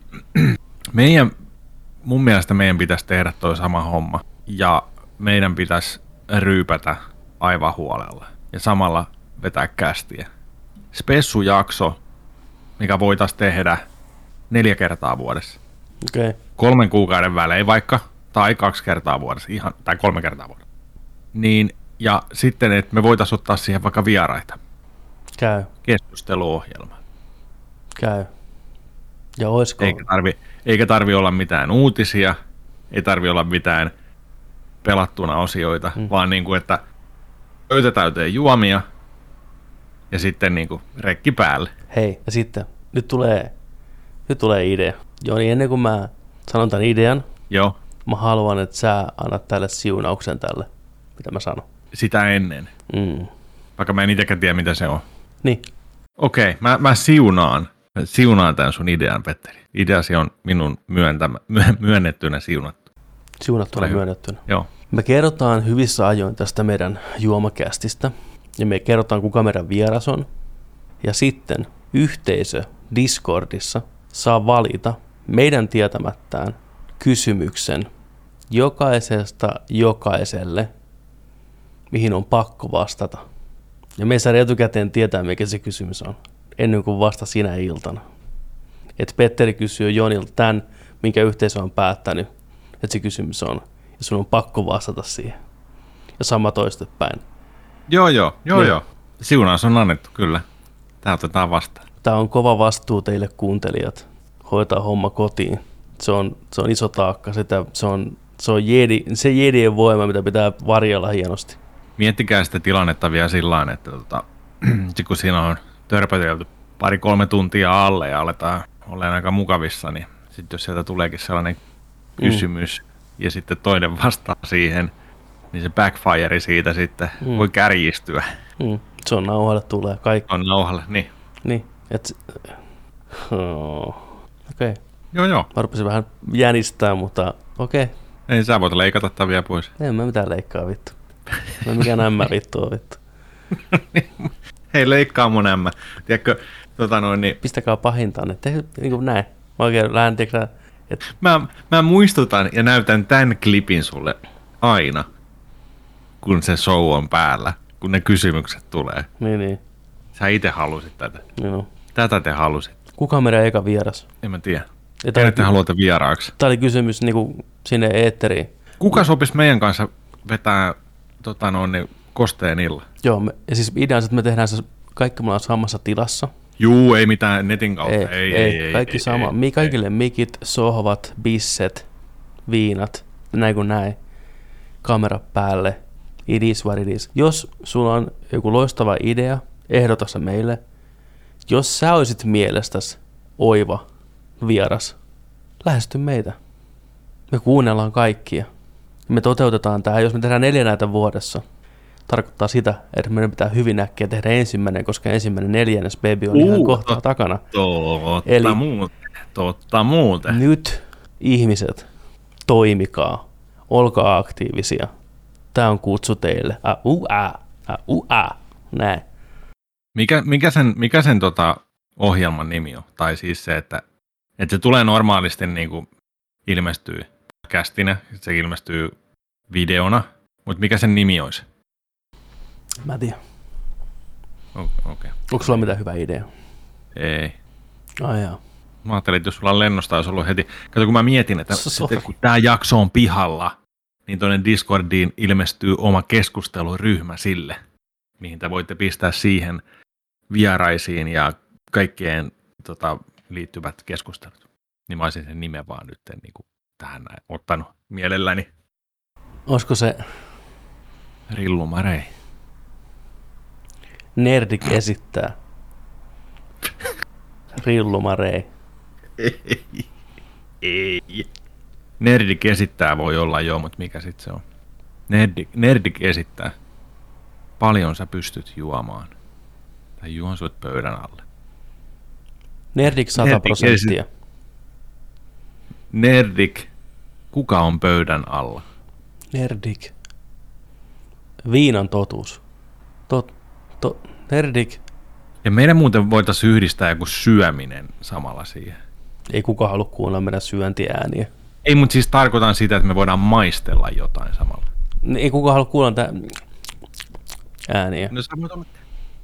mun mielestä meidän pitäisi tehdä toi sama homma ja meidän pitäisi ryypätä aivan huolella ja samalla vetää kästiä. Spessujakso, mikä voitaisiin tehdä 4 kertaa vuodessa. Okay. 3 kuukauden välein vaikka, tai 2 kertaa vuodessa, tai 3 kertaa vuodessa. Niin, ja sitten, että me voitaisiin ottaa siihen vaikka vieraita. Käy. Keskusteluohjelma. Käy. Ja oisko... Eikä tarvi olla mitään uutisia, ei tarvi olla mitään pelattuna osioita, vaan niin kuin, että pöytä täyteen juomia ja sitten niin kuin rekki päälle. Hei, ja sitten, nyt tulee idea. Joni, ennen kuin mä sanon tämän idean, joo. Mä haluan, että sä annat tälle siunauksen tälle, mitä mä sanon. Sitä ennen. Vaikka mä en itsekään tiedä, mitä se on. Niin. Okei, mä siunaan tämän sun idean, Petteri. Ideasi on minun myönnettynä siunattu. Siunattuna myönnettynä. Joo. Me kerrotaan hyvissä ajoin tästä meidän juomakästistä, ja me kerrotaan, kuka meidän vieras on. Ja sitten yhteisö Discordissa saa valita meidän tietämättään kysymyksen jokaiselle, mihin on pakko vastata. Ja me ei saada etukäteen tietää, mikä se kysymys on, ennen kuin vasta sinä iltana. Että Petteri kysyy Jonilta tämän, minkä yhteisö on päättänyt, että se kysymys on, ja sun on pakko vastata siihen. Ja sama toistepäin. Joo. Siunaus on annettu, kyllä. Tää otetaan vastaan. Tämä on kova vastuu teille kuuntelijat. Hoitaa homma kotiin. Se on iso taakka. Se on jedien voima, mitä pitää varjella hienosti. Miettikää sitä tilannetta vielä sillä että kun siinä on törpötelty 2-3 tuntia alle ja aletaan olemaan aika mukavissa, niin sitten jos sieltä tuleekin sellainen kysymys ja sitten toinen vastaa siihen, niin se backfire siitä sitten voi kärjistyä. Se on nauhalle tulee kaikki. On nauhalle, niin. Niin, okei. Joo. Mä rupesin vähän jänistää, mutta okei. Ei sä voit leikata tämän vielä pois. En mä mitään leikkaa vittu. Mä mikään ämmä vittu on vittu. Hei, leikkaa mun ämmä. Tiedätkö, niin... Pistäkää pahintaan, että niin kuin näin. Mä oikein lähden, tiedätkö, että... Mä muistutan ja näytän tämän klipin sulle aina, kun se show on päällä, kun ne kysymykset tulee. Niin. Sä itse halusit tätä. Joo. Tätä te halusit. Kuka on meidän eka vieras? En mä tiedä. Ja Kenet te haluatte vieraaksi? Tämä oli kysymys niinku sinne eetteriin. Kuka sopisi meidän kanssa vetää kosteen illa? Joo, ja siis idea on se, että me tehdään se kaikki me ollaan samassa tilassa. Juu, ei mitään netin kautta. Ei, kaikki sama. Kaikille mikit, sohvat, bisset, viinat, näin kuin näin. Kamera päälle. It is what it is. Jos sulla on joku loistava idea, ehdota se meille. Jos sä olisit mielestäsi oiva vieras, lähesty meitä. Me kuunnellaan kaikkia. Me toteutetaan tämä. Jos me tehdään 4 näitä vuodessa, tarkoittaa sitä, että meidän pitää hyvin äkkiä tehdä ensimmäinen, koska ensimmäinen 4. baby on ihan kohta takana. Totta muuten. Nyt ihmiset, toimikaa, olkaa aktiivisia. Tämä on kutsu teille. Näin. Mikä sen ohjelman nimi on? Tai siis se, että se tulee normaalisti niin kuin ilmestyy kästinä, se ilmestyy videona, mutta mikä sen nimi olisi? Mä en tiedä. Okay. Onko sulla mitään hyvää ideaa? Ei. Ai jaa. Mä ajattelin, että jos sulla on lennosta, olisi ollut heti. Kato, kun mä mietin, että kun tämä jakso on pihalla, niin tuonne Discordiin ilmestyy oma keskusteluryhmä sille, mihin te voitte pistää siihen vieraisiin ja kaikkeen liittyvät keskustelut. Niin mä olisin sen nimen vaan nyt niin kuin tähän näin ottanut mielelläni. Olisiko se Rillumarei? Nerdik esittää. Rillumarei. Ei. Nerdik esittää voi olla joo, mutta mikä sitten se on? Nerdik esittää. Paljon sä pystyt juomaan. Tai juon sut pöydän alle. Nerdik 100%. Nerdik. Kuka on pöydän alla? Nerdik. Viinan totuus. Nerdik. Ja meidän muuten voitaisiin yhdistää joku syöminen samalla siihen. Ei kukaan halua kuunnella meidän syöntiääniä. Ei, mutta siis tarkoitan sitä, että me voidaan maistella jotain samalla. Ei kukaan halua kuunnella ääniä. No sä voit olla...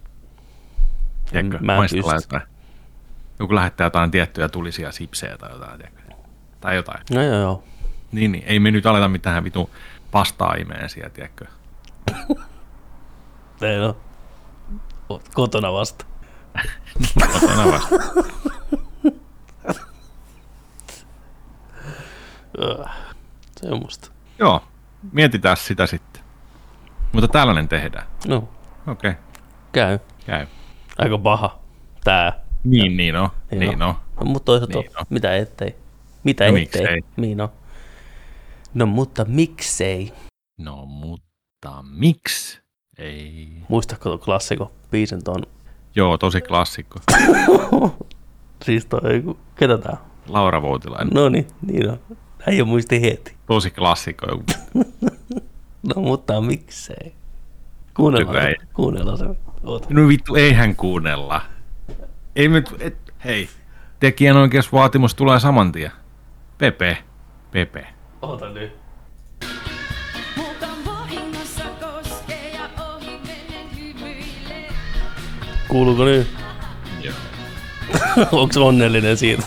Mä en pysty. Joku lähettää jotain tiettyjä tulisia sipsejä tai jotain, tiedätkö? Tai jotain. No joo. Niin, ei me nyt aleta mitään vitun pastaa imeen siellä, tiedätkö? Ei no. Oot kotona vasta. Kotona vasta. Semmosta. Joo, mietitään sitä sitten. Mutta tällainen tehdään. No. Okei. Käy. Aika paha. Tää. Niin on. No, mutta toisaalta mitä ettei. Mitä ettei. Miksei. Niin on. No mutta miksei? No mutta miksi ei? Muistatko tuon klassikon biisin ton? Joo, tosi klassikko. Siis toi, ketä tää on? Laura Voutilainen. No niin on. Äijä muisti heti. Tosi klassikko. No mutta miksei? Kuunnellaan se. No vittu, eihän kuunnella. Ei hei, tekijänoikeusvaatimus tulee saman tien. Pepe. Oota nyt. Kuuluuko nyt? Joo. Onks onnellinen siitä?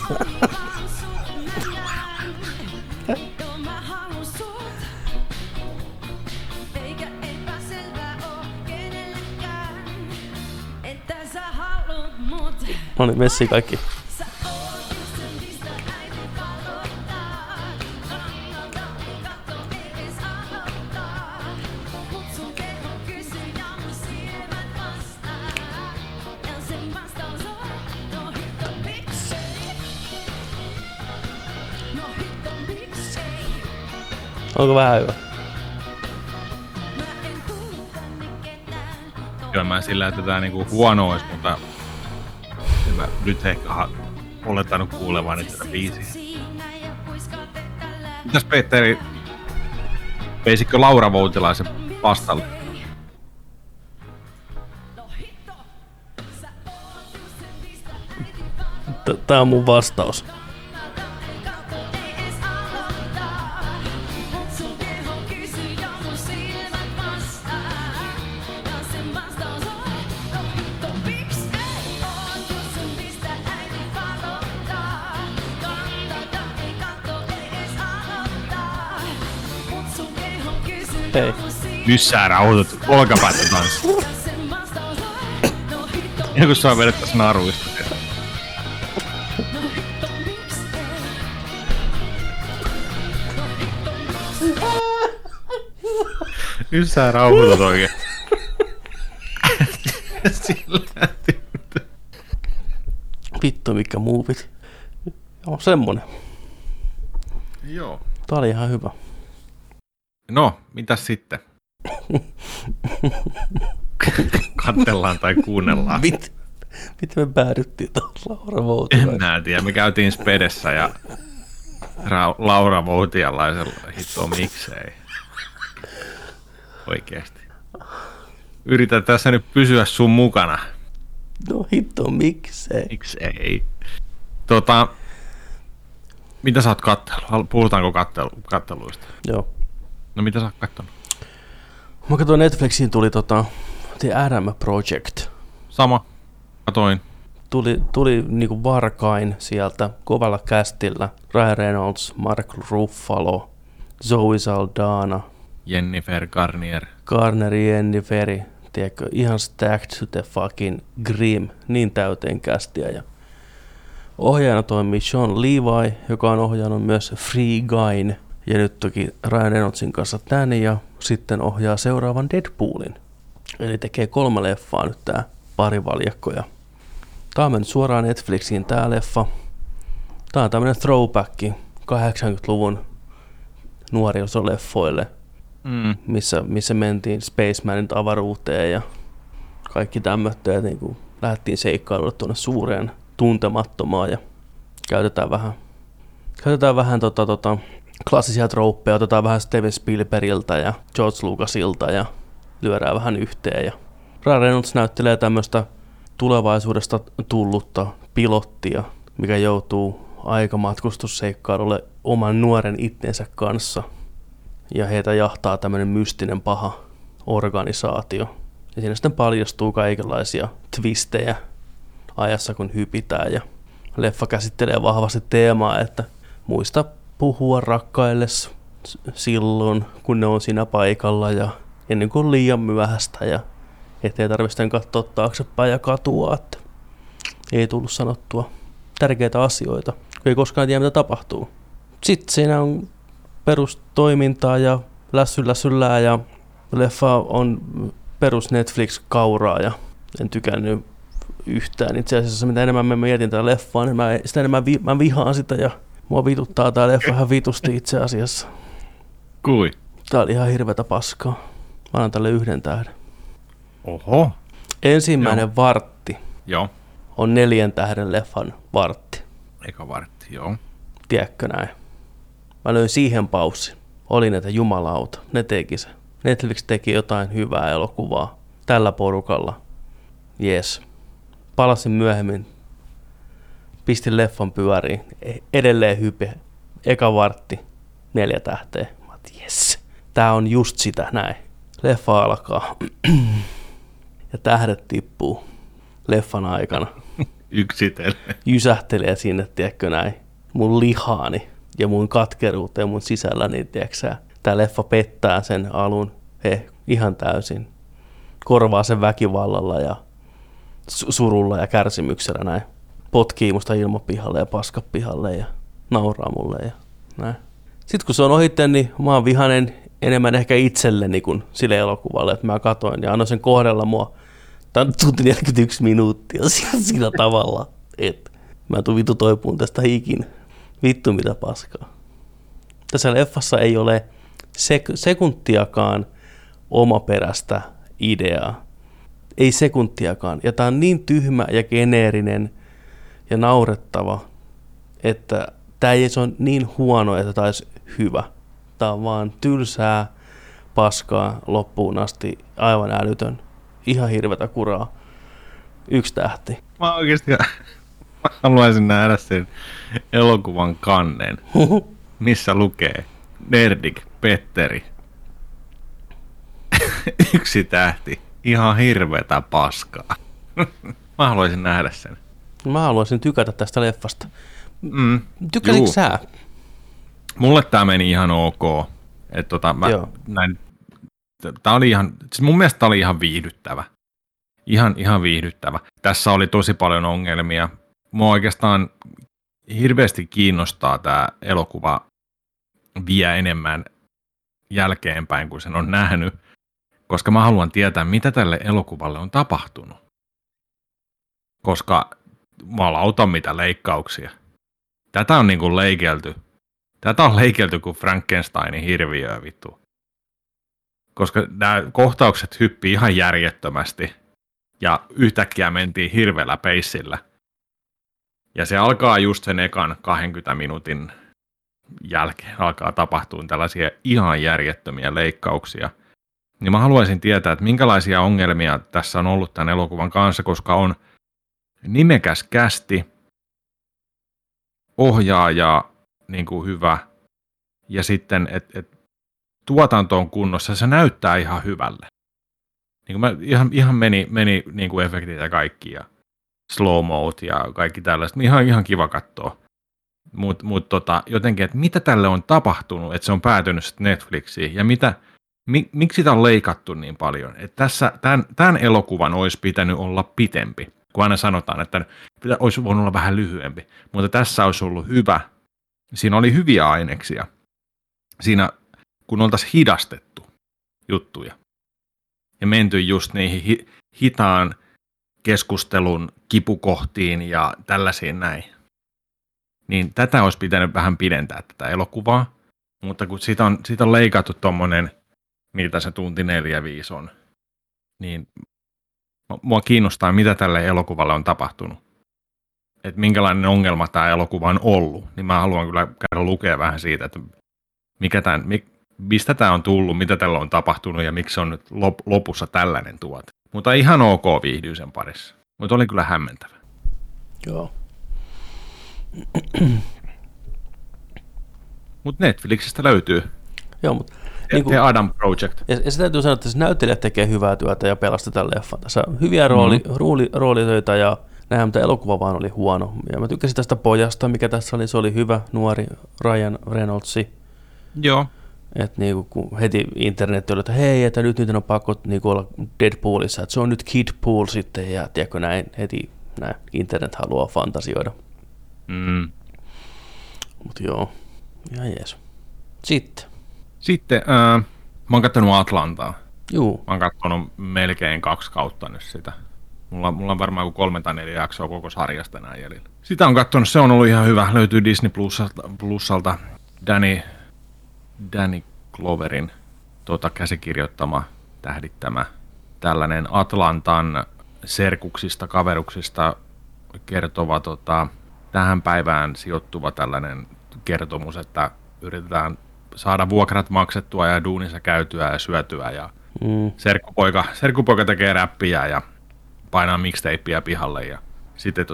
No niin, messiin kaikki. Onko vähän hyvä? Kyllä mä sillä, että tää niinku huono ois, mutta mä nyt ehkä olettanut kuulevani tätä biisiä. Mitäs Petteri, peisikö Laura Voutilaisen pastalle? Tää on mun vastaus. Hei. Nyssää rauhoitut, olkapäätä tanssi. Ja kun sua vedettäis naruista. Nyssää rauhoitut oikein. Sillä Vittu mikä muuvit. Joo, semmonen. Joo. Tää oli ihan hyvä. No, mitäs sitten? Katsellaan tai kuunnellaan. Miten me päädyttiin tuohon Laura Voutilaiseen? En tiedä, me käytiin Spedessä ja Laura Voutialaisella hitto miksei. Oikeesti. Yritän tässä nyt pysyä sun mukana. No hitto miksei. Miksei. Mitä sä oot kattellut? Puhutaanko katteluista? Joo. No mitä sä oot kattonut? Mä katsoin Netflixiin tuli The Adam Project. Sama. Katoin. Tuli niinku varkain sieltä kovalla kästillä. Ryan Reynolds, Mark Ruffalo, Zoe Saldana, Jennifer Garner. Jenniferi, tiedätkö, ihan stacked to the fucking grim, niin täyteen kästiä. Ja ohjaajana toimii Sean Levi, joka on ohjannut myös Free Guyn, ja nyt toki Ryan Reynoldsin kanssa tän, ja sitten ohjaa seuraavan Deadpoolin. Eli tekee 3 leffaa nyt tää parivaljakko. Ja tää on mennyt suoraan Netflixiin tää leffa. Tää on tämmönen throwback 80-luvun nuorisoleffoille, missä mentiin Spacemanit avaruuteen ja kaikki tämmöttöä, niin kuin lähdettiin seikkailulle tuonne suureen tuntemattomaan ja käytetään vähän klassisia trouppeja, otetaan vähän Steven Spielbergiltä ja George Lucasilta ja lyödään vähän yhteen. Ja Ryan Reynolds näyttelee tämmöistä tulevaisuudesta tullutta pilottia, mikä joutuu aikamatkustusseikkailulle oman nuoren itsensä kanssa. Ja heitä jahtaa tämmöinen mystinen paha organisaatio. Ja siinä sitten paljastuu kaikenlaisia twistejä ajassa, kun hypitään. Ja leffa käsittelee vahvasti teemaa, että muista puhua rakkaille silloin, kun ne on siinä paikalla ja ennen kuin on liian myöhäistä. Ja ettei tarvitse katsoa taaksepäin ja katua, että ei tullut sanottua tärkeitä asioita, kun ei koskaan tiedä, mitä tapahtuu. Sitten siinä on perustoimintaa ja lässyllää ja leffa on perus Netflix-kauraa ja en tykännyt yhtään. Itse asiassa mitä enemmän mä mietin tätä leffaa, niin sitä enemmän mä vihaan sitä ja mua vituttaa tää leffa ihan vitusti itse asiassa. Kui? Tää oli ihan hirveätä paskaa. Mä annan tälle 1 tähden. Oho. Ensimmäinen vartti Joo. on 4 tähden leffan vartti. Eka vartti, joo. Tiedätkö näin? Mä löin siihen paussin. Olin, että jumalauta, ne teki se. Netflix teki jotain hyvää elokuvaa tällä porukalla. Jes. Palasin myöhemmin. Pistin leffan pyöriin. Edelleen hype. Eka vartti. 4 tähteä. Mä oon, jes. Tää on just sitä, näin. Leffa alkaa. Ja tähdet tippuu leffan aikana. Yksitellen. Jysähtelee sinne, tiedätkö näin. Mun lihaani ja mun katkeruuteen mun sisälläni, tiedätkö. Tää leffa pettää sen alun ihan täysin. Korvaa sen väkivallalla ja surulla ja kärsimyksellä näin. Potkii musta ilmapihalle ja paskapihalle ja nauraa mulle ja näin. Sitten kun se on ohitten, niin mä oon vihainen enemmän ehkä itselleni kuin sille elokuvalle, että mä katoin ja annoin sen kohdella mua. Tää on tunti 41 minuuttia sillä tavalla, että mä tuun vittu toipuun tästä ikinä. Vittu mitä paskaa. Tässä leffassa ei ole sekuntiakaan omaperäistä ideaa. Ei sekuntiakaan. Ja tää on niin tyhmä ja geneerinen ja naurettava, että tää ei se on niin huono, että tää olisi hyvä. Tää on vaan tylsää paskaa loppuun asti, aivan älytön. Ihan hirvetä kuraa. 1 tähti. Mä oikeesti haluaisin nähdä sen elokuvan kannen, missä lukee Nerdik Petteri. 1 tähti. Ihan hirvetä paskaa. Mä haluaisin nähdä sen. Mä haluaisin tykätä tästä leffasta. Tykkäsitkö sä? Mulle tää meni ihan ok. Mä näin Tämä oli siis mun mielestä tämä oli ihan viihdyttävä. Ihan viihdyttävä. Tässä oli tosi paljon ongelmia. Mua oikeastaan hirveästi kiinnostaa tämä elokuva vie enemmän jälkeenpäin kuin sen on nähnyt, koska mä haluan tietää, mitä tälle elokuvalle on tapahtunut. Koska malauta mitä leikkauksia. Tätä on niinku leikelty. Tätä on leikelty kuin Frankensteinin hirviöä vittu. Koska nämä kohtaukset hyppii ihan järjettömästi ja yhtäkkiä mentiin hirveällä peissillä. Ja se alkaa just sen ekan 20 minuutin jälkeen alkaa tapahtua tällaisia ihan järjettömiä leikkauksia. Niin mä haluaisin tietää, että minkälaisia ongelmia tässä on ollut tämän elokuvan kanssa, koska on nimekäs kästi, ohjaaja niin kuin hyvä, ja sitten, että tuotanto on kunnossa, se näyttää ihan hyvälle. Niin kuin ihan meni niin kuin efektit ja kaikki, ja slow-mot ja kaikki tällaista. Ihan kiva katsoa. Mutta jotenkin, että mitä tälle on tapahtunut, että se on päätynyt Netflixiin, ja miksi sitä on leikattu niin paljon. Että tämän elokuvan olisi pitänyt olla pitempi, kun aina sanotaan, että olisi voinut olla vähän lyhyempi. Mutta tässä olisi ollut hyvä. Siinä oli hyviä aineksia. Siinä, kun oltaisiin hidastettu juttuja ja menty just niihin hitaan keskustelun kipukohtiin ja tällaisiin näin, niin tätä olisi pitänyt vähän pidentää tätä elokuvaa, mutta kun siitä on leikattu tommonen, mitä se tunti 4-5 on, niin mua kiinnostaa, mitä tälle elokuvalle on tapahtunut. Että minkälainen ongelma tämä elokuva on ollut, niin mä haluan kyllä käydä lukea vähän siitä, että mistä tämä on tullut, mitä tällä on tapahtunut ja miksi on nyt lopussa tällainen tuote. Mutta ihan ok viihdyy sen parissa. Mutta oli kyllä hämmentävä. Joo. Mutta Netflixistä löytyy. Joo, mutta The Adam Project. Ja se täytyy sanoa, että se näyttelijät tekee hyvää työtä ja pelastetaan leffan. Tässä on hyviä roolitöitä ja näin, mutta elokuva vaan oli huono. Ja mä tykkäsin tästä pojasta, mikä tässä oli. Se oli hyvä, nuori Ryan Reynoldsi. Joo. Että niinku, kun heti internet oli, että hei, että nyt on pakko niinku olla Deadpoolissa, että se on nyt Kidpool sitten, ja tiedätkö näin, heti näin, internet haluaa fantasioida. Mutta joo, ihan jees. Sitten mä oon katsonut Atlantaa. Juu. Mä oon katsonut melkein 2 kautta nyt sitä. Mulla on varmaan 3 tai 4 jaksoa koko sarjasta enää jäljellä. Sitä on katsonut, se on ollut ihan hyvä. Löytyy Disney Plusalta Danny Gloverin käsikirjoittama, tähdittämä tällainen Atlantan serkuksista, kaveruksista kertova tähän päivään sijoittuva tällainen kertomus, että yritetään saada vuokrat maksettua ja duunissa käytyä ja syötyä ja serkkupoika tekee räppiä ja painaa mixtapeä pihalle ja sitten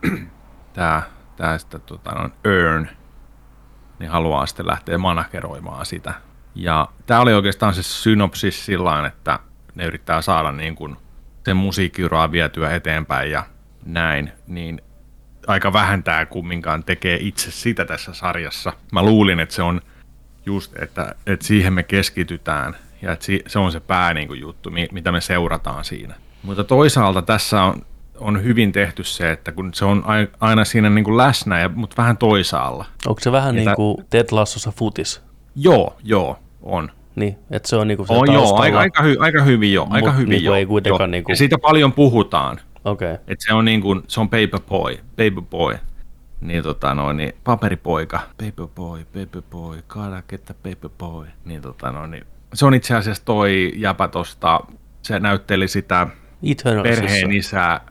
tää sitten Earn niin haluaa sitten lähteä manageroimaan sitä. Ja tää oli oikeastaan se synopsis sillain, että ne yrittää saada niin kuin sen musiikkiuraa vietyä eteenpäin ja näin, niin aika vähän tää kumminkaan tekee itse sitä tässä sarjassa. Mä luulin, että se on just, että siihen me keskitytään ja että se on se pää niin kuin juttu, mitä me seurataan siinä. Mutta toisaalta tässä on hyvin tehty se, että kun se on aina siinä niin kuin läsnä, mutta vähän toisaalla. Onko se vähän niin kuin Ted Lassossa Futis? Joo, on. Niin, että se on niin kuin se taustalla. Joo, aika hyvin jo. Aika hyvin niin jo. Ei kuitenkaan niin kuin... Ja siitä paljon puhutaan. Okei. Okay. Että se on niin kuin, se on baby boy. Niin niin paperipoika, baby boy, kaadaketta baby boy. Niin niin se on itse asiassa toi jäpä tosta, se näytteli sitä perheen isää.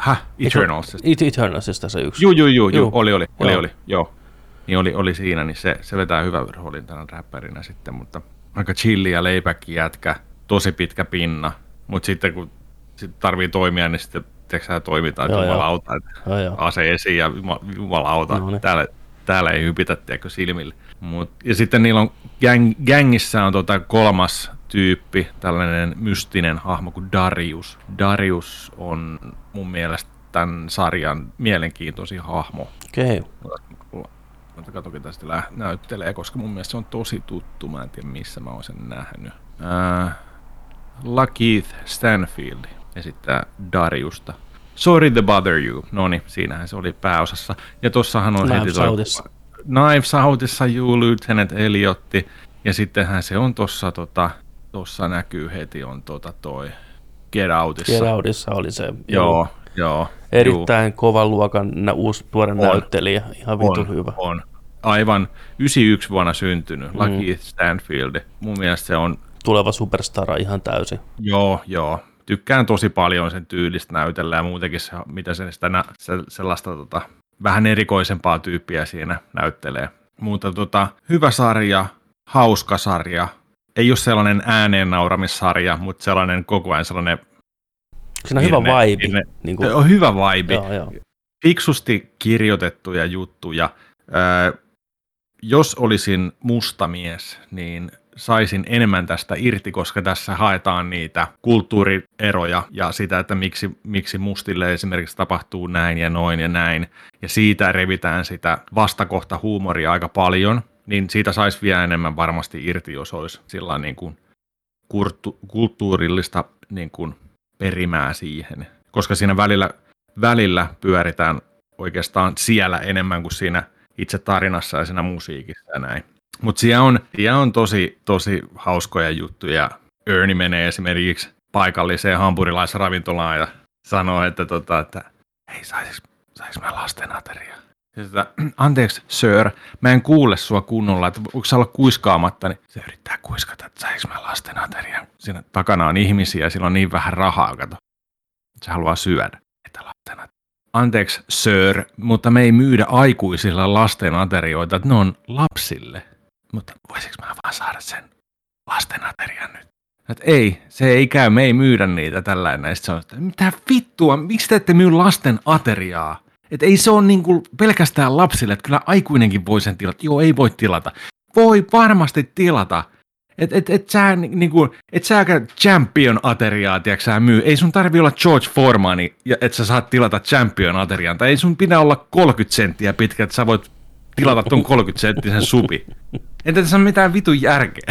Eternalsista se yksi. Joo, oli. Joo. Niin oli siinä, niin se vetää hyvän roolin tämän räppärinä sitten, mutta aika chilli ja leipäkki jätkä, tosi pitkä pinna, mutta sitten kun tarvii toimia, niin sitten toimitaan jumalauta, ase esiin ja jumalauta. No, täällä ei hypitä, tiedätkö, silmille. Ja sitten niillä on gängissä on 3. tyyppi, tällainen mystinen hahmo kuin Darius. Darius on mun mielestä tämän sarjan mielenkiintoisin hahmo. Okei. Katso, ketä sitä näyttelee, koska mun mielestä se on tosi tuttu. Mä en tiedä, missä mä oon sen nähnyt. Lakeith Stanfield esittää Dariusta. Sorry to bother you. Noniin, siinähän se oli pääosassa. Ja tossahan on Knives heti Outissa. Knives Outissa Lieutenant Elliotti. Ja sittenhän se on tossa näkyy heti on toi Get Outissa. Get Outissa oli se. Joo. Erittäin kovan luokan uusi tuore näyttelijä. Ihan vittu hyvä. On. Aivan 91 vuonna syntynyt. Lakeith Stanfield. Mun mielestä se on... Tuleva superstara ihan täysin. Joo. Tykkään tosi paljon sen tyylistä näytellä ja muutenkin se, mitä sellaista vähän erikoisempaa tyyppiä siinä näyttelee. Mutta hyvä sarja, hauska sarja. Ei ole sellainen ääneen nauramissarja, mutta sellainen koko ajan sellainen... Siinä on hyvä vibe. Niin kuin... On hyvä vibe. Joo. Fiksusti kirjoitettuja juttuja. Jos olisin musta mies, niin saisin enemmän tästä irti, koska tässä haetaan niitä kulttuurieroja ja sitä, että miksi mustille esimerkiksi tapahtuu näin ja noin ja näin. Ja siitä revitään sitä vastakohta huumoria aika paljon, niin siitä saisi vielä enemmän varmasti irti, jos olisi sillä niin kuin kulttuurillista niin kuin perimää siihen. Koska siinä välillä pyöritään oikeastaan siellä enemmän kuin siinä itse tarinassa ja siinä musiikissa ja näin. Mutta siellä on tosi hauskoja juttuja. Ernie menee esimerkiksi paikalliseen hampurilaisravintolaan ja sanoo, että hei, saisinko mä lastenateria? Anteeksi, sir, mä en kuule sua kunnolla, että voiko sä olla kuiskaamatta, niin se yrittää kuiskata, että saisinko mä lastenaterian. Siinä takana on ihmisiä ja sillä on niin vähän rahaa, kato. Se haluaa syödä, että lastenateria. Anteeksi, sir, mutta me ei myydä aikuisilla lastenaterioita, että ne on lapsille. Mutta voisiko mä vaan saada sen lastenaterian nyt? Että ei, se ei käy, me ei myydä niitä tällainen. Sitten se on, että mitä vittua, miksi te ette myy lasten ateriaa? Että ei se ole niinku pelkästään lapsille, että kyllä aikuinenkin voi sen tilata. Joo, ei voi tilata. Voi varmasti tilata. Et säkä Champion-ateriaa, tiedätkö sä myy. Ei sun tarvi olla George Foremani, että sä saat tilata Champion-aterian. Tai ei sun pidä olla 30 senttiä pitkä, että sä voit tilata ton 30-senttisen supi. Entä tässä on mitään vitun järkeä?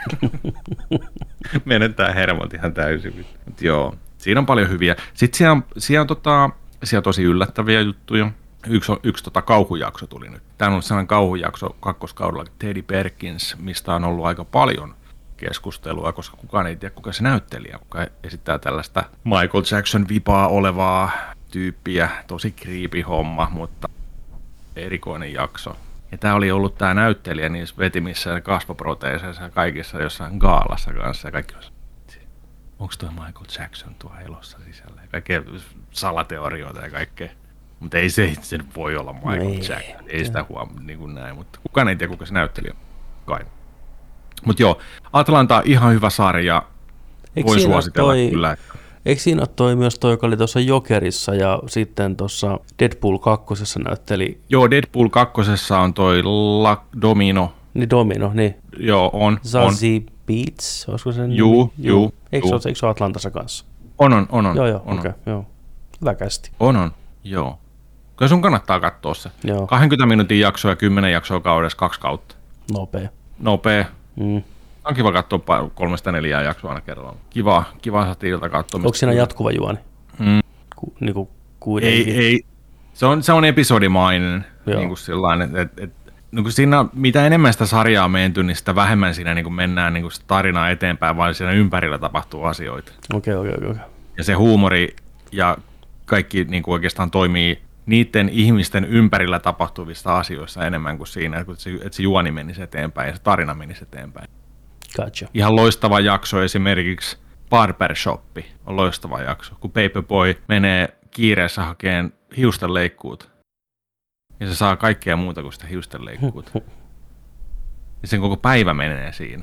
Menetään hermot ihan täysin. Mut joo, siinä on paljon hyviä. Sitten siellä on tosi yllättäviä juttuja. Yksi kauhujakso tuli nyt. Tämä on ollut sellainen kauhujakso kakkoskaudella Teddy Perkins, mistä on ollut aika paljon keskustelua, koska kukaan ei tiedä, kuka se näyttelijä, kuka esittää tällaista Michael Jackson-vipaa olevaa tyyppiä. Tosi creepy homma, mutta erikoinen jakso. Ja tämä oli ollut tämä näyttelijä niissä vetimissä ja kasvoproteiseissa ja kaikissa jossain gaalassa kanssa. Ja kaikki onko tuo Michael Jackson tuo elossa sisällä? Ja kaikkea salateorioita ja kaikkea. Mutta ei se voi olla Michael Jackson. Ei sitä huomaa niin kuin näin. Mutta kukaan ei tiedä, kuka se näyttelijä kai. Mutta joo, Atlanta ihan hyvä sarja. Voi suositella kyllä. Eikö siinä ole myös toi, joka oli tuossa Jokerissa ja sitten tuossa Deadpool 2. näytteli? Joo, Deadpool 2. on toi Domino. Niin Domino, niin. Joo, on. Zazie Beetz, olisiko sen nimi? Juu. Eikö se ole Atlantassa kanssa? On. Joo, okei. Hyvä kästi. On, joo. Kyllä sun kannattaa katsoa se. Joo. 20 minuutin jaksoa ja 10 jaksoa kaudessa 2 kautta. Nopea. On kiva katsoa 3-4 jaksoa aina kerralla. Kiva satiilta katsoa. Onko siinä jatkuva juoni? Niinku kuitenkin. Ei. Se on episodimainen. Niin kuin sillainen, niin siinä, mitä enemmän sitä sarjaa on menty, niin sitä vähemmän siinä niin kuin mennään niin kuin sitä tarinaa eteenpäin, vaan siinä ympärillä tapahtuu asioita. Okei. Ja se huumori ja kaikki niin kuin oikeastaan toimii niiden ihmisten ympärillä tapahtuvista asioista enemmän kuin siinä, että se juoni menisi eteenpäin ja se tarina menisi eteenpäin. Gotcha. Ihan loistava jakso esimerkiksi Barbershoppi on loistava jakso, kun Paperboy menee kiireessä hakeen hiustenleikkuut ja se saa kaikkea muuta kuin sitä hiustenleikkuuta. Ja sen koko päivä menee siinä.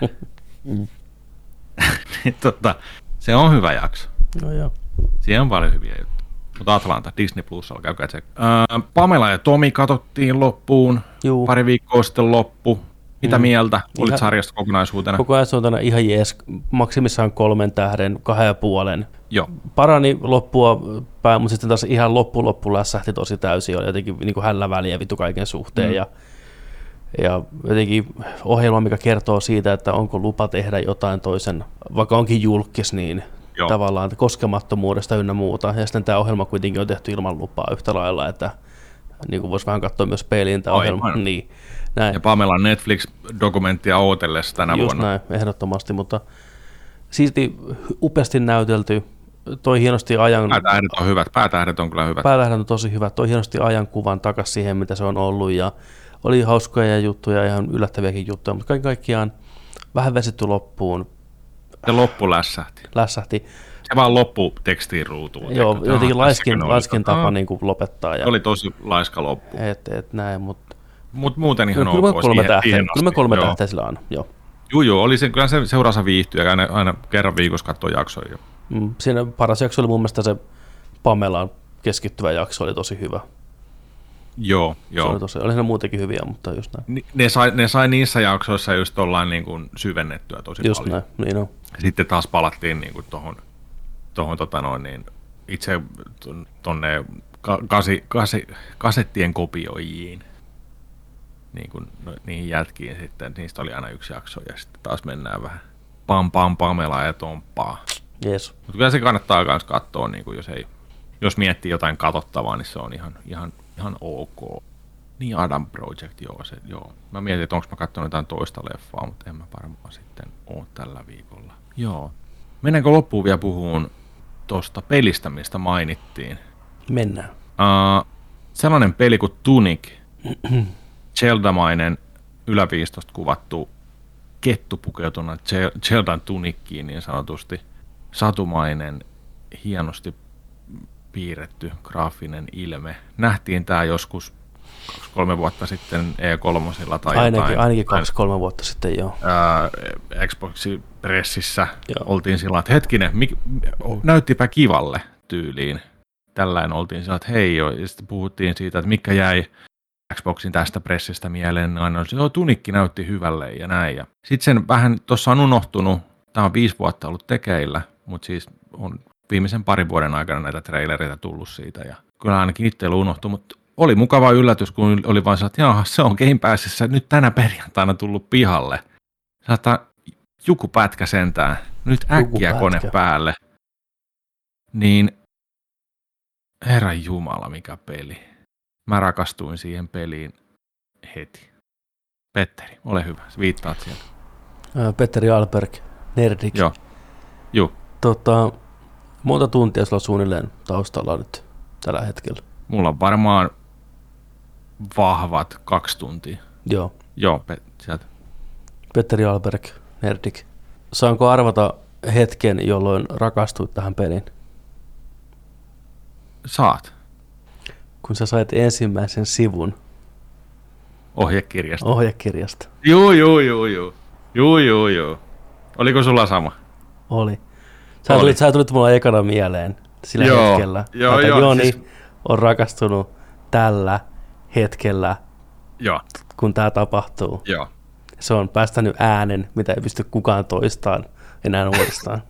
Se on hyvä jakso. No joo. Siellä on paljon hyviä juttuja. Mutta Atlanta, Disney Plus, käykää tsekkaa. Pamela ja Tomi katsottiin loppuun. Juu. Pari viikkoa sitten loppu. Mitä mieltä olit sarjasta kokonaisuutena? Kokonaisuutena ihan jees. Maksimissaan 3 tähden, 2,5. Joo. Parani loppua mutta sitten taas ihan loppu lässähti tosi täysin. Oli jotenkin niin kuin hällä väliä vittu kaiken suhteen. Ja Ja jotenkin ohjelma, mikä kertoo siitä, että onko lupa tehdä jotain toisen, vaikka onkin julkis, niin Joo. tavallaan koskemattomuudesta ynnä muuta. Ja sitten tämä ohjelma kuitenkin on tehty ilman lupaa yhtä lailla, että niin kuin voisi vähän katsoa myös peiliin tämä ohjelma. Niin, näin. Ja Pamelan Netflix-dokumenttia ootellessa tänä Just vuonna. näin, ehdottomasti, mutta silti upeasti näytelty. Toi hienosti ajan... Päätähdet on hyvät, päätähdet on kyllä hyvät. Päätähdet on tosi hyvät. Toi hienosti ajankuvan takaisin siihen, mitä se on ollut. Ja oli hauskoja juttuja, ihan yllättäviäkin juttuja, mutta kaiken kaikkiaan vähän vesitty loppuun. Se loppu lässähti. Se vaan loppu tekstiin ruutuun. Joo, jotenkin laiskin tapa niin kuin lopettaa. Ja oli tosi laiska loppu. Näin, mutta... Mut muuten ihan kyllä ok. Kyllä me 3 tähteä sillä on, joo. Joo, oli se, kyllä se seurassa viihtyy ja aina kerran viikossa katsoo jaksoja. Siinä paras jakso oli mun mielestä se Pamelaan keskittyvä jakso, oli tosi hyvä. Joo. Oli siinä muutenkin hyviä, mutta just näin. Ne sai niissä jaksoissa just ollaan niin kuin syvennettyä tosi just paljon. Näin, niin on. Sitten taas palattiin niin kuin tohon niin itse tonne kasettien kopioijiin. Niin kuin niihin jätkiin sitten, niistä oli aina yksi jakso ja sitten taas mennään vähän Pamelaa ja Tomppaa. Yes. Mutta kyllä se kannattaa myös katsoa, niin kuin jos miettii jotain katsottavaa, niin se on ihan ok. Niin Adam Project, joo. Mä mietin, että onko mä katsonut jotain toista leffaa, mutta en mä varmaan sitten ole tällä viikolla. Joo. Mennäänkö loppuun vielä puhumaan tuosta pelistä, mistä mainittiin? Mennään. Sellainen peli kuin Tunic. Zelda-mainen yläviistosta kuvattu kettu pukeutuna Zeldan tunikkiin niin sanotusti. Satumainen, hienosti piirretty graafinen ilme. Nähtiin tämä joskus 2-3 vuotta sitten E3 tai ainakin 2-3 vuotta sitten, joo. Xboxin pressissä oltiin sillä, että hetkinen, näyttipä kivalle tyyliin. Tällainen oltiin sillä, että hei joo, ja sitten puhuttiin siitä, että mikä jäi Xboxin tästä pressistä mieleen, aina oli se, Tunikki näytti hyvälle ja näin. Ja sitten sen vähän tuossa on unohtunut, tämä on 5 vuotta ollut tekeillä, mutta siis on viimeisen 2 vuoden aikana näitä trailereita tullut siitä ja kyllä ainakin itse ei unohtunut, mutta oli mukava yllätys, kun oli vaan sellainen, että jaha, se on Game Passissa nyt tänä perjantaina tullut pihalle. Saattaa joku pätkä sentään, nyt äkkiä kone päälle. Niin herran jumala, mikä peli. Mä rakastuin siihen peliin heti. Petteri, ole hyvä, viittaat sieltä. Petteri Alberg, Nerdik. Joo. Monta tuntia sulla suunnilleen taustalla nyt tällä hetkellä? Mulla on varmaan vahvat 2 tuntia. Joo, sieltä. Petteri Alberg, Nerdik. Saanko arvata hetken, jolloin rakastuit tähän peliin? Saat. Kun sä sait ensimmäisen sivun. Ohjekirjasta. Joo. Oliko sulla sama? Oli. Sä tulit mulla ekana mieleen sillä hetkellä. Joni siis on rakastunut tällä hetkellä, kun tää tapahtuu. Joo. Se on päästänyt äänen, mitä ei pysty kukaan toistamaan enää uudestaan.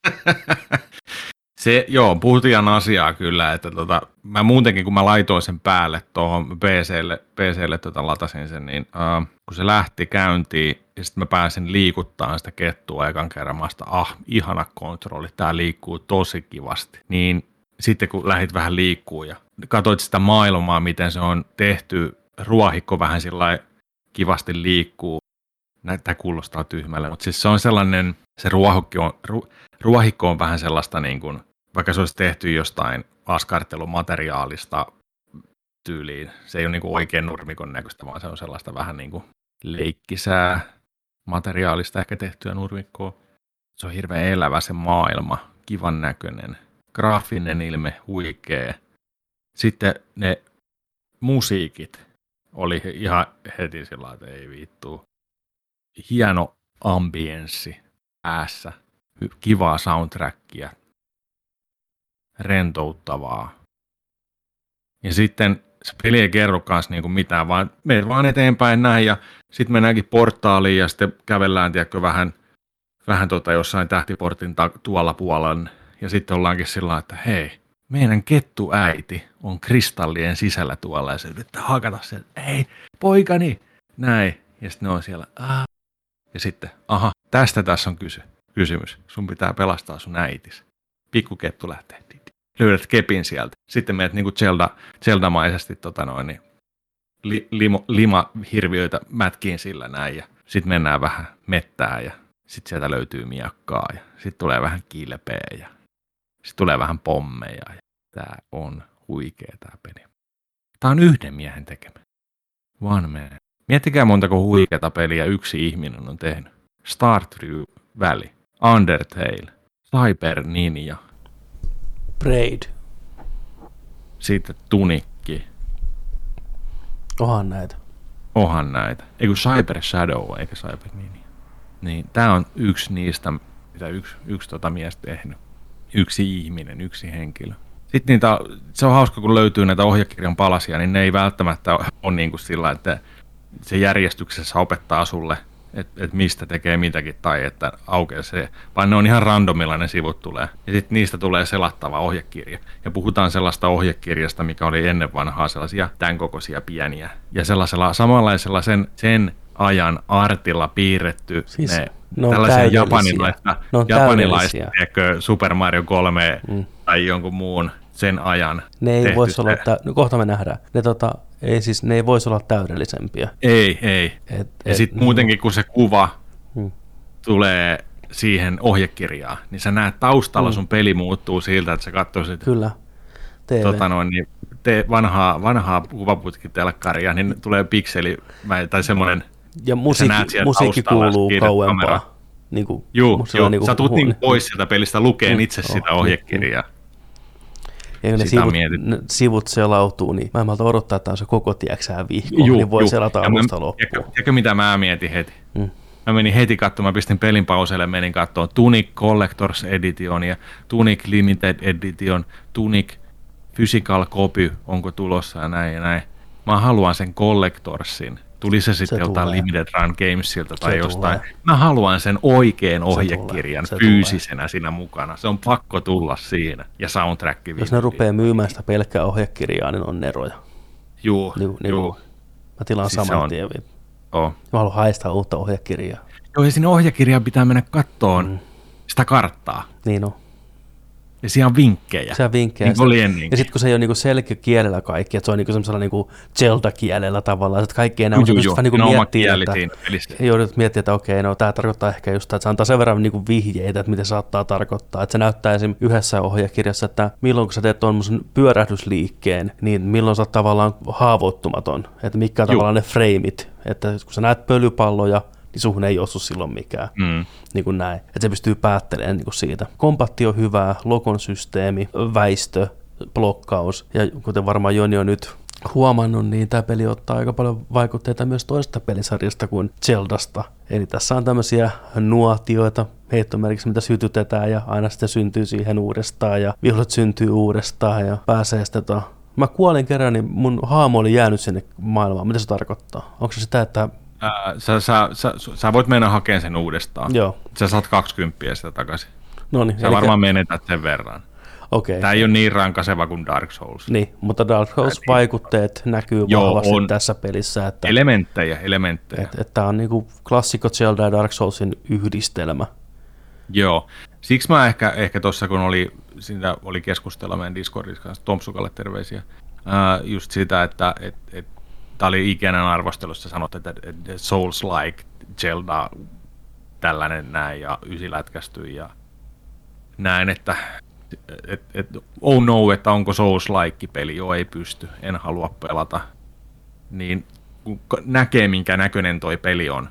Puhuttiin asiaa kyllä, että mä muutenkin kun mä laitoin sen päälle tuohon PClle latasin sen, niin kun se lähti käyntiin ja sitten mä pääsin liikuttamaan sitä kettua ekan kerran, ihana kontrolli, tää liikkuu tosi kivasti. Niin sitten kun lähdit vähän liikkuu ja katsoit sitä maailmaa, miten se on tehty, ruohikko vähän sillä kivasti liikkuu, tämä kuulostaa tyhmälle, mutta siis se on sellainen, se ruohikko on vähän sellaista niin kuin, vaikka se olisi tehty jostain askartelumateriaalista tyyliin, se ei ole niin kuin oikein nurmikon näköistä, vaan se on sellaista vähän niin kuin leikkisää materiaalista ehkä tehtyä nurmikkoa. Se on hirveän elävä se maailma, kivan näköinen, graafinen ilme, huikea. Sitten ne musiikit oli ihan heti sillä, että ei vittu. Hieno ambienssi äässä, kivaa soundtrackia, rentouttavaa. Ja sitten se peli ei kerro kanssa niinku mitään, vaan menet vaan eteenpäin näin ja sitten mennäänkin portaaliin ja sitten kävellään tiedätkö, vähän jossain tähtiportin tuolla puolella ja sitten ollaankin sillä että hei, meidän kettuäiti on kristallien sisällä tuolla ja se yrittää hakata sen, hei poikani, näin, ja sitten ne on siellä, ja sitten, tästä tässä on kysymys. Sun pitää pelastaa sun äitis. Pikkukettu lähtee. Löydät kepin sieltä. Sitten menet niinku Zelda-maisesti lima-hirviöitä mätkiin sillä näin, ja sitten mennään vähän mettään, ja sitten sieltä löytyy miakkaa, ja sitten tulee vähän kilpeä, ja sitten tulee vähän pommeja, ja tää on huikea tää peli. Tää on yhden miehen tekemä. One man. Miettikää montako huikeata peliä yksi ihminen on tehnyt. Stardew Valley, Undertale, Cyber Ninja. Braid. Sitten Tunikki. Onhan näitä. Ei kun Cyber Shadow eikä Cyber Ninja. Niin, tää on yksi niistä, mitä yksi mies tehnyt. Yksi ihminen, yksi henkilö. Sitten se on hauska, kun löytyy näitä ohjekirjan palasia, niin ne ei välttämättä ole niin kuin sillä, että se järjestyksessä opettaa sulle, että mistä tekee mitäkin tai että aukeaa se, vaan ne on ihan randomilla ne sivut tulee. Ja sitten niistä tulee selattava ohjekirja. Ja puhutaan sellaista ohjekirjasta, mikä oli ennen vanhaa sellaisia tämän kokoisia pieniä. Ja sellaisella samanlaisella sen ajan artilla piirretty siis ne tällaisia japanilaista Super Mario 3 tai jonkun muun sen ajan. Ne ei voisi olla, kohta me nähdään. Ne ei voisi olla täydellisempiä. Ei. Ja sitten muutenkin, kun se kuva tulee siihen ohjekirjaan, niin sä näet taustalla sun peli muuttuu siltä, että sä katsoisit kyllä. Vanhaa kuvaputkitelkkaria, niin tulee pikseli tai semmoinen. Ja musiikki kuuluu kauempaa. Joo. Sä tulet pois sieltä pelistä lukeen itse sitä ohjekirjaa. Ja ne sivut selautuu, niin mä en malta odottaa, että on se koko tieksää viikkoa, niin voi selata alusta loppuun. Tiedätkö mitä mä mietin heti? Mä menin heti katsomaan, pistin pelin pauseille, menin katsomaan Tunic Collector's Edition ja Tunic Limited Edition, Tunic Physical Copy, onko tulossa ja näin ja näin. Mä haluan sen Collectorsin. Tuli se sitten joltain Limited Run Gamesilta tai jostain. Mä haluan sen oikean ohjekirjan fyysisenä siinä mukana. Se on pakko tulla siinä. Ja soundtrack. Jos ne rupeaa myymään sitä pelkkää ohjekirjaa, niin on neroja. Juu. Mä tilaan siis saman tien. Mä haluan haistaa uutta ohjekirjaa. Joo, ja sinne ohjekirjaan pitää mennä kattoon sitä karttaa. Niin on. Ja siellä on vinkkejä. Niin ja sitten kun se ei ole niinku selkäkielellä kaikki, että se on niinku semmoisella niinku Zelda-kielellä tavallaan, että kaikki enää on semmoista niinku miettiä, että okei, no tämä tarkoittaa ehkä just, että se antaa sen verran niinku vihjeitä, että mitä se saattaa tarkoittaa. Että se näyttää esimerkiksi yhdessä ohjekirjassa, että milloin kun sä teet tuommoisen pyörähdysliikkeen, niin milloin sä oot tavallaan haavoittumaton, että mitkä on tavallaan ne freimit, että kun sä näet pölypalloja, niin suhun ei osu silloin mikään. Niin kuin näin. Että se pystyy päättelemään niin kuin siitä. Kompatti on hyvää, logon systeemi, väistö, blokkaus. Ja kuten varmaan Joni on nyt huomannut, niin tämä peli ottaa aika paljon vaikutteita myös toisesta pelisarjasta kuin Zeldasta. Eli tässä on tämmöisiä nuotioita, heittomerkiksi mitä sytytetään ja aina sitten syntyy siihen uudestaan ja viholliset syntyy uudestaan ja pääsee sitten Mä kuolin kerran, niin mun haamo oli jäänyt sinne maailmaan. Mitä se tarkoittaa? Onko se sitä, että Sä voit mennä hakemaan sen uudestaan. Joo. Sä saat 20 sitä takaisin. Noniin, sä varmaan menetät sen verran. Okay. Tämä ei ole niin rankaseva kuin Dark Souls. Niin, mutta Dark Souls-vaikutteet näkyy vahvasti tässä pelissä. Että, elementtejä. Että tämä on niinku klassikko Zelda ja Dark Soulsin yhdistelmä. Joo. Siksi mä ehkä tuossa, kun oli keskustella meidän Discordissa kanssa, Tomsukalle terveisiä, just sitä, että tämä oli ikäinen arvostelussa sanottu, että Souls-like Zelda tällainen näin ja ysilätkästyi ja näin, että oh no, että onko Souls-like peli, joo ei pysty, en halua pelata, niin kun näkee minkä näköinen toi peli on,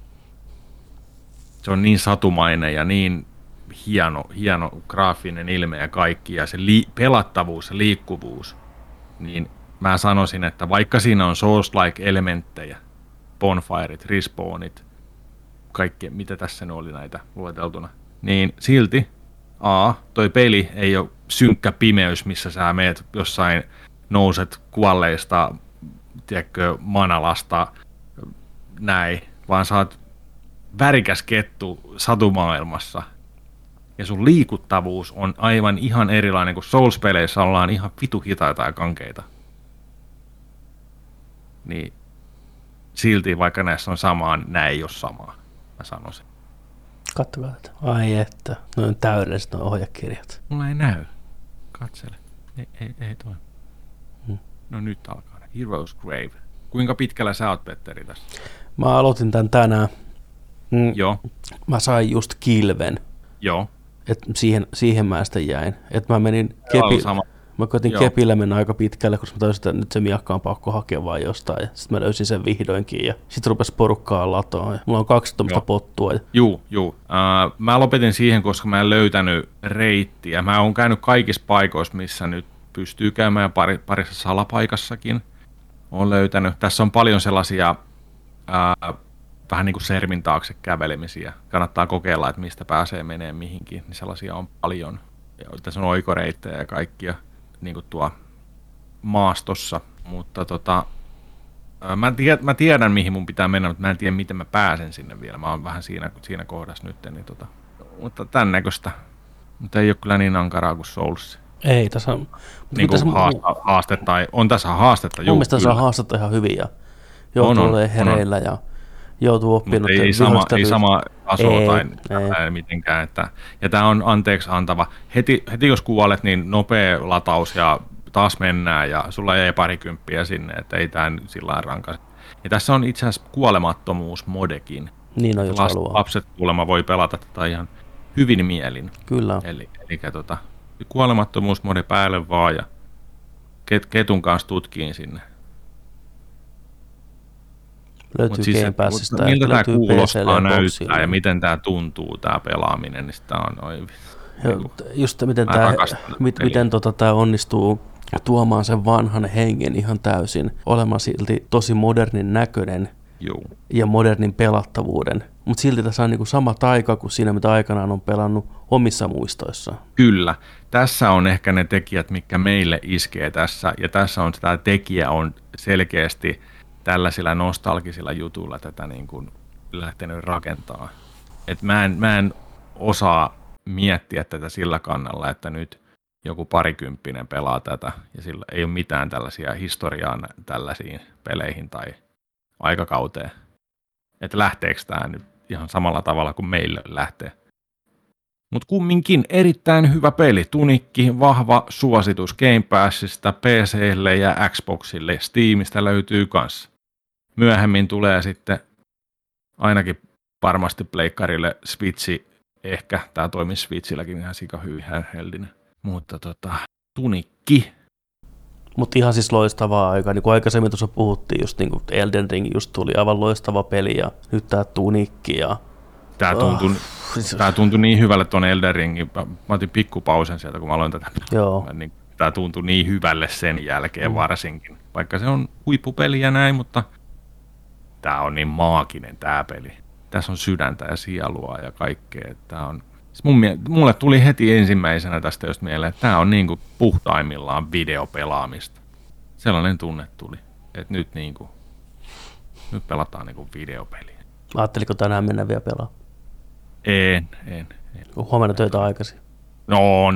se on niin satumainen ja niin hieno graafinen ilme ja kaikki ja se pelattavuus ja liikkuvuus, niin mä sanoisin, että vaikka siinä on Souls-like elementtejä, bonfireit, respawnit, kaikki mitä tässä ne oli näitä lueteltuna, niin silti toi peli ei ole synkkä pimeys, missä sä meet jossain, nouset kuolleista, tiedätkö, manalasta, näin, vaan sä oot värikäs kettu satumaailmassa. Ja sun liikuttavuus on aivan ihan erilainen, kun Souls-peleissä ollaan ihan vitu hitaita ja kankeita. Niin silti vaikka näissä on samaa, niin nämä ei ole samaa, mä sanoisin. Katsokaa tätä. Ai että, ne on täydelliset nuo ohjekirjat. Mulla ei näy. Katsele. Ei toi. No nyt alkaa. Heroes Grave. Kuinka pitkällä sä oot, Petteri, tässä? Mä aloitin tän tänään. Joo. Mä sain just kilven. Joo. Et siihen mä sitten jäin. Et mä menin mä koitin Joo. kepillä mennä aika pitkälle, koska mä tajusin, että nyt se miakka on pakko hakea vaan jostain. Ja sitten mä löysin sen vihdoinkin ja sitten rupesi porukkaa latoa. Ja mulla on 2 tommoista pottua. Juu. Mä lopetin siihen, koska mä en löytänyt reittiä. Mä oon käynyt kaikissa paikoissa, missä nyt pystyy käymään parissa salapaikassakin. Oon löytänyt. Tässä on paljon sellaisia vähän niin kuin sermin taakse kävelemisiä. Kannattaa kokeilla, että mistä pääsee menee mihinkin. Niin sellaisia on paljon. Ja tässä on oikoreittejä ja kaikkia niin kuin tuo maastossa. Mutta mä tiedän, mihin mun pitää mennä, mutta mä en tiedä, miten mä pääsen sinne vielä. Mä oon vähän siinä kohdassa nyt. Niin mutta tämän näköistä. Mutta ei ole kyllä niin ankaraa kuin Souls. Ei, tässä on... Niin kuin haastetta. On tässä haastetta. Mun mielestä tässä on haastetta ihan hyvin ja joutuu olemaan hereillä ja joutuu oppimaan. Mutta ei sama taso tai mitenkään. Ja tämä on anteeksi antava. Heti jos kuolet, niin nopea lataus ja taas mennään ja sulla jäi 20 sinne, että ei tämä sillä lailla rankaise. Ja tässä on itse asiassa kuolemattomuusmodekin. Niin on, jos haluaa. Lapset kuulemma voi pelata tätä ihan hyvin mielin. Kyllä. Eli kuolemattomuusmodi päälle vaan ja ketun kanssa tutkiin sinne. Löytyy siis, Game Passista. Miltä tämä kuulostaa, näyttää ja miten tämä tuntuu, tämä pelaaminen, niin sitä on just miten tämä onnistuu tuomaan sen vanhan hengen ihan täysin, olemaan silti tosi modernin näköinen. Joo. Ja modernin pelattavuuden. Mutta silti tässä on niinku sama taika kuin siinä, mitä aikanaan on pelannut omissa muistoissaan. Kyllä. Tässä on ehkä ne tekijät, mitkä meille iskee tässä. Ja tässä on tämä tekijä on selkeästi tällaisilla nostalgisilla jutuilla tätä niin kuin lähtenyt rakentaa. Et mä en osaa miettiä tätä sillä kannalla, että nyt joku 20 pelaa tätä ja sillä ei ole mitään tällaisia historiaa tällaisiin peleihin tai aikakauteen. Että lähteekö tämä nyt ihan samalla tavalla kuin meille lähtee. Mutta kumminkin erittäin hyvä peli. Tunikki, vahva suositus Game Passista, PC:lle ja Xboxille. Steamista löytyy kanssa. Myöhemmin tulee sitten ainakin varmasti pleikkarille Switchi. Ehkä tämä toimii Switchilläkin ihan sika hyvin heldinen. Mutta Tunikki. Mutta ihan siis loistavaa aikaa. Niin kuin aikaisemmin tuossa puhuttiin, just niin kuin Elden Ring just tuli aivan loistava peli ja nyt tämä Tunikki. Ja... Tämä tuntui niin hyvälle tuon Elden Ringin. Mä otin pikkupausen sieltä, kun mä aloin tätä. Joo. Tämä tuntui niin hyvälle sen jälkeen varsinkin. Vaikka se on huippupeli ja näin, mutta tämä on niin maaginen tämä peli. Tässä on sydäntä ja sielua ja kaikkea. Tämä on... Mulle tuli heti ensimmäisenä tästä just mieleen, että tämä on niin kuin puhtaimmillaan videopelaamista. Sellainen tunne tuli, että nyt pelataan niin kuin videopeliä. Ajatteliko tänään mennä vielä pelaa? En. Huomenna töitä aikaisin. No.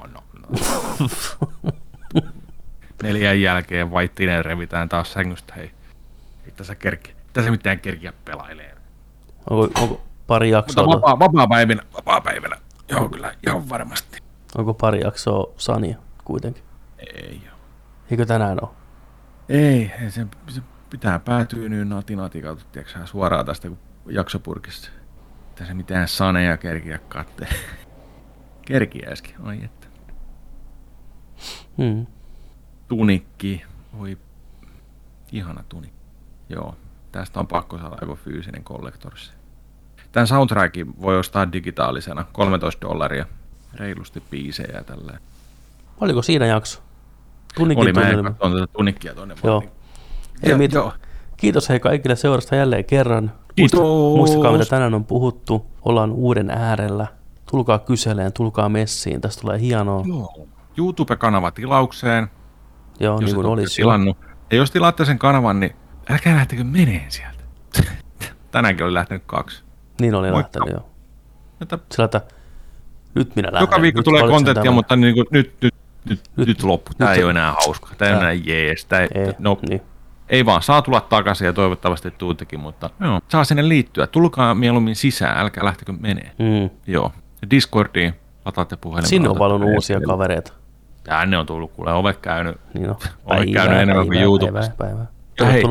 4 jälkeen vaittinen revitään taas sängystä, hei. Ei tässä mitään kerkiä pelailee. Onko pari jaksoa? Vapaa-päivänä. Joo, kyllä, ihan varmasti. Onko pari jaksoa Sania kuitenkin? Ei ole. Eikö tänään ole? Ei, se pitää päätyä nyt nati-kautta, tiedätkö suoraan tästä jaksopurkista. Tässä mitään Saneja kerkiä kattee. Kerkiäskin, ai että. Tunikki, oi, ihana tunikki. Joo, tästä on pakko saada joku fyysinen kollektorsi. Tämän soundtrackin voi ostaa digitaalisena, $13, reilusti biisejä ja tälleen. Oliko siinä jakso? Oli, mä en katsoin tätä tunikkia tuonne. Joo. Kiitos hei kaikille seurasta jälleen kerran. Kiitos. Muistakaa, mitä tänään on puhuttu. Ollaan uuden äärellä. Tulkaa kyseleen, tulkaa messiin. Tästä tulee hienoa. Joo. YouTube-kanava tilaukseen. Joo, niin kuin olisi tilannut. Ja jos tilaatte sen kanavan, niin älkää lähtekö meneen sieltä. Tänäänkin oli lähtenyt 2. Niin oli lähtenyt, joo. Sillä, että nyt minä lähden. Joka viikko tulee kontenttia, mutta niin kuin nyt loppu. Tämä ei ole enää hauska. Tämä ei ole enää jees. Ei vaan, saa tulla takaisin ja toivottavasti tuuttekin, mutta joo, saa sinne liittyä. Tulkaa mieluummin sisään, älkää lähtekö menee. Joo. Discordiin lataatte puhelimella. Sinne on paljon uusia kavereita. Tänne on tullut kuule ovet käynyt. Niin on. Ovet käynyt enemmän kuin YouTubesta. Päivää. Ja hei,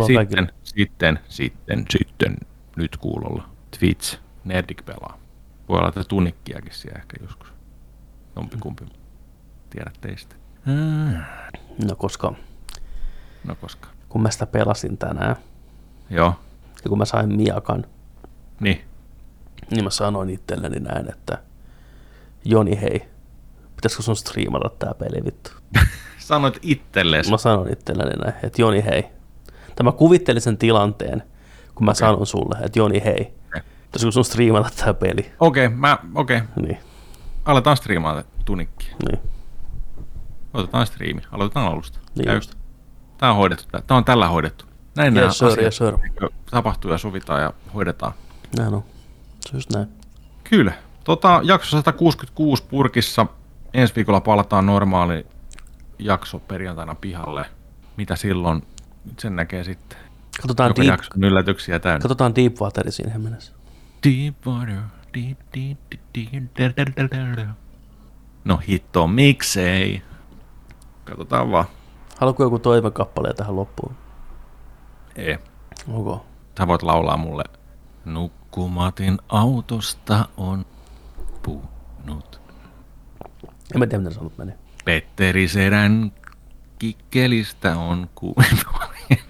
sitten, nyt kuulolla. Twitch, Nerdik pelaa. Voi laittaa tunnikkiakin siellä ehkä joskus. Jompikumpi. Tiedät teistä. No koska No koska. kun mä sitä pelasin tänään, Joo. ja kun mä sain Miakan, Niin. niin mä sanoin itselleni näin, että Joni hei, pitäisikö sun striimata tää peli vittu? Sanoit itsellesi. Mä sanoin itselleni näin, että Joni hei. Mä kuvittelin sen tilanteen, kun mä sanon sulle, että Joni hei, pitäisikö sun striimata tää peli? Okei. Niin, Aletaan striimata tunikkia. niin, Otetaan striimi. Aloitetaan alusta. niin just. Tää on hoidettu. Tää on tällä hoidettu. Näin nämä Yes sir, asiat yes sir. tapahtuu ja sovitaan ja hoidetaan. Näin on. Se on just näin. Kyllä. Jakso 166 purkissa. Ensi viikolla palataan normaali jakso perjantaina pihalle. Mitä silloin? Sen näkee sitten. Joka jakso on yllätyksiä täynnä. Katsotaan Deepwateria siinä mennessä. Deepwater. No hitto, miksei? Katsotaan vaan. Haluatko joku toivekappale tähän loppuun? Ei. Okay. Sä voit laulaa mulle. Nukkumatin autosta on puhunut. En mä tiedä, miten sanot meni. Petteri Sedän kikkelistä on kuunnut.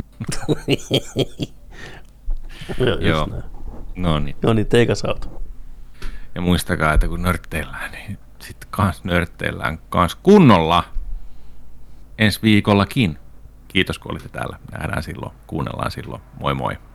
Joo. No niin. No niin, teikas auto. Ja muistakaa, että kun nörtteillään, niin sitten kans nörtteillään kans kunnolla ensi viikollakin. Kiitos kun olitte täällä. Nähdään silloin, kuunnellaan silloin. Moi moi.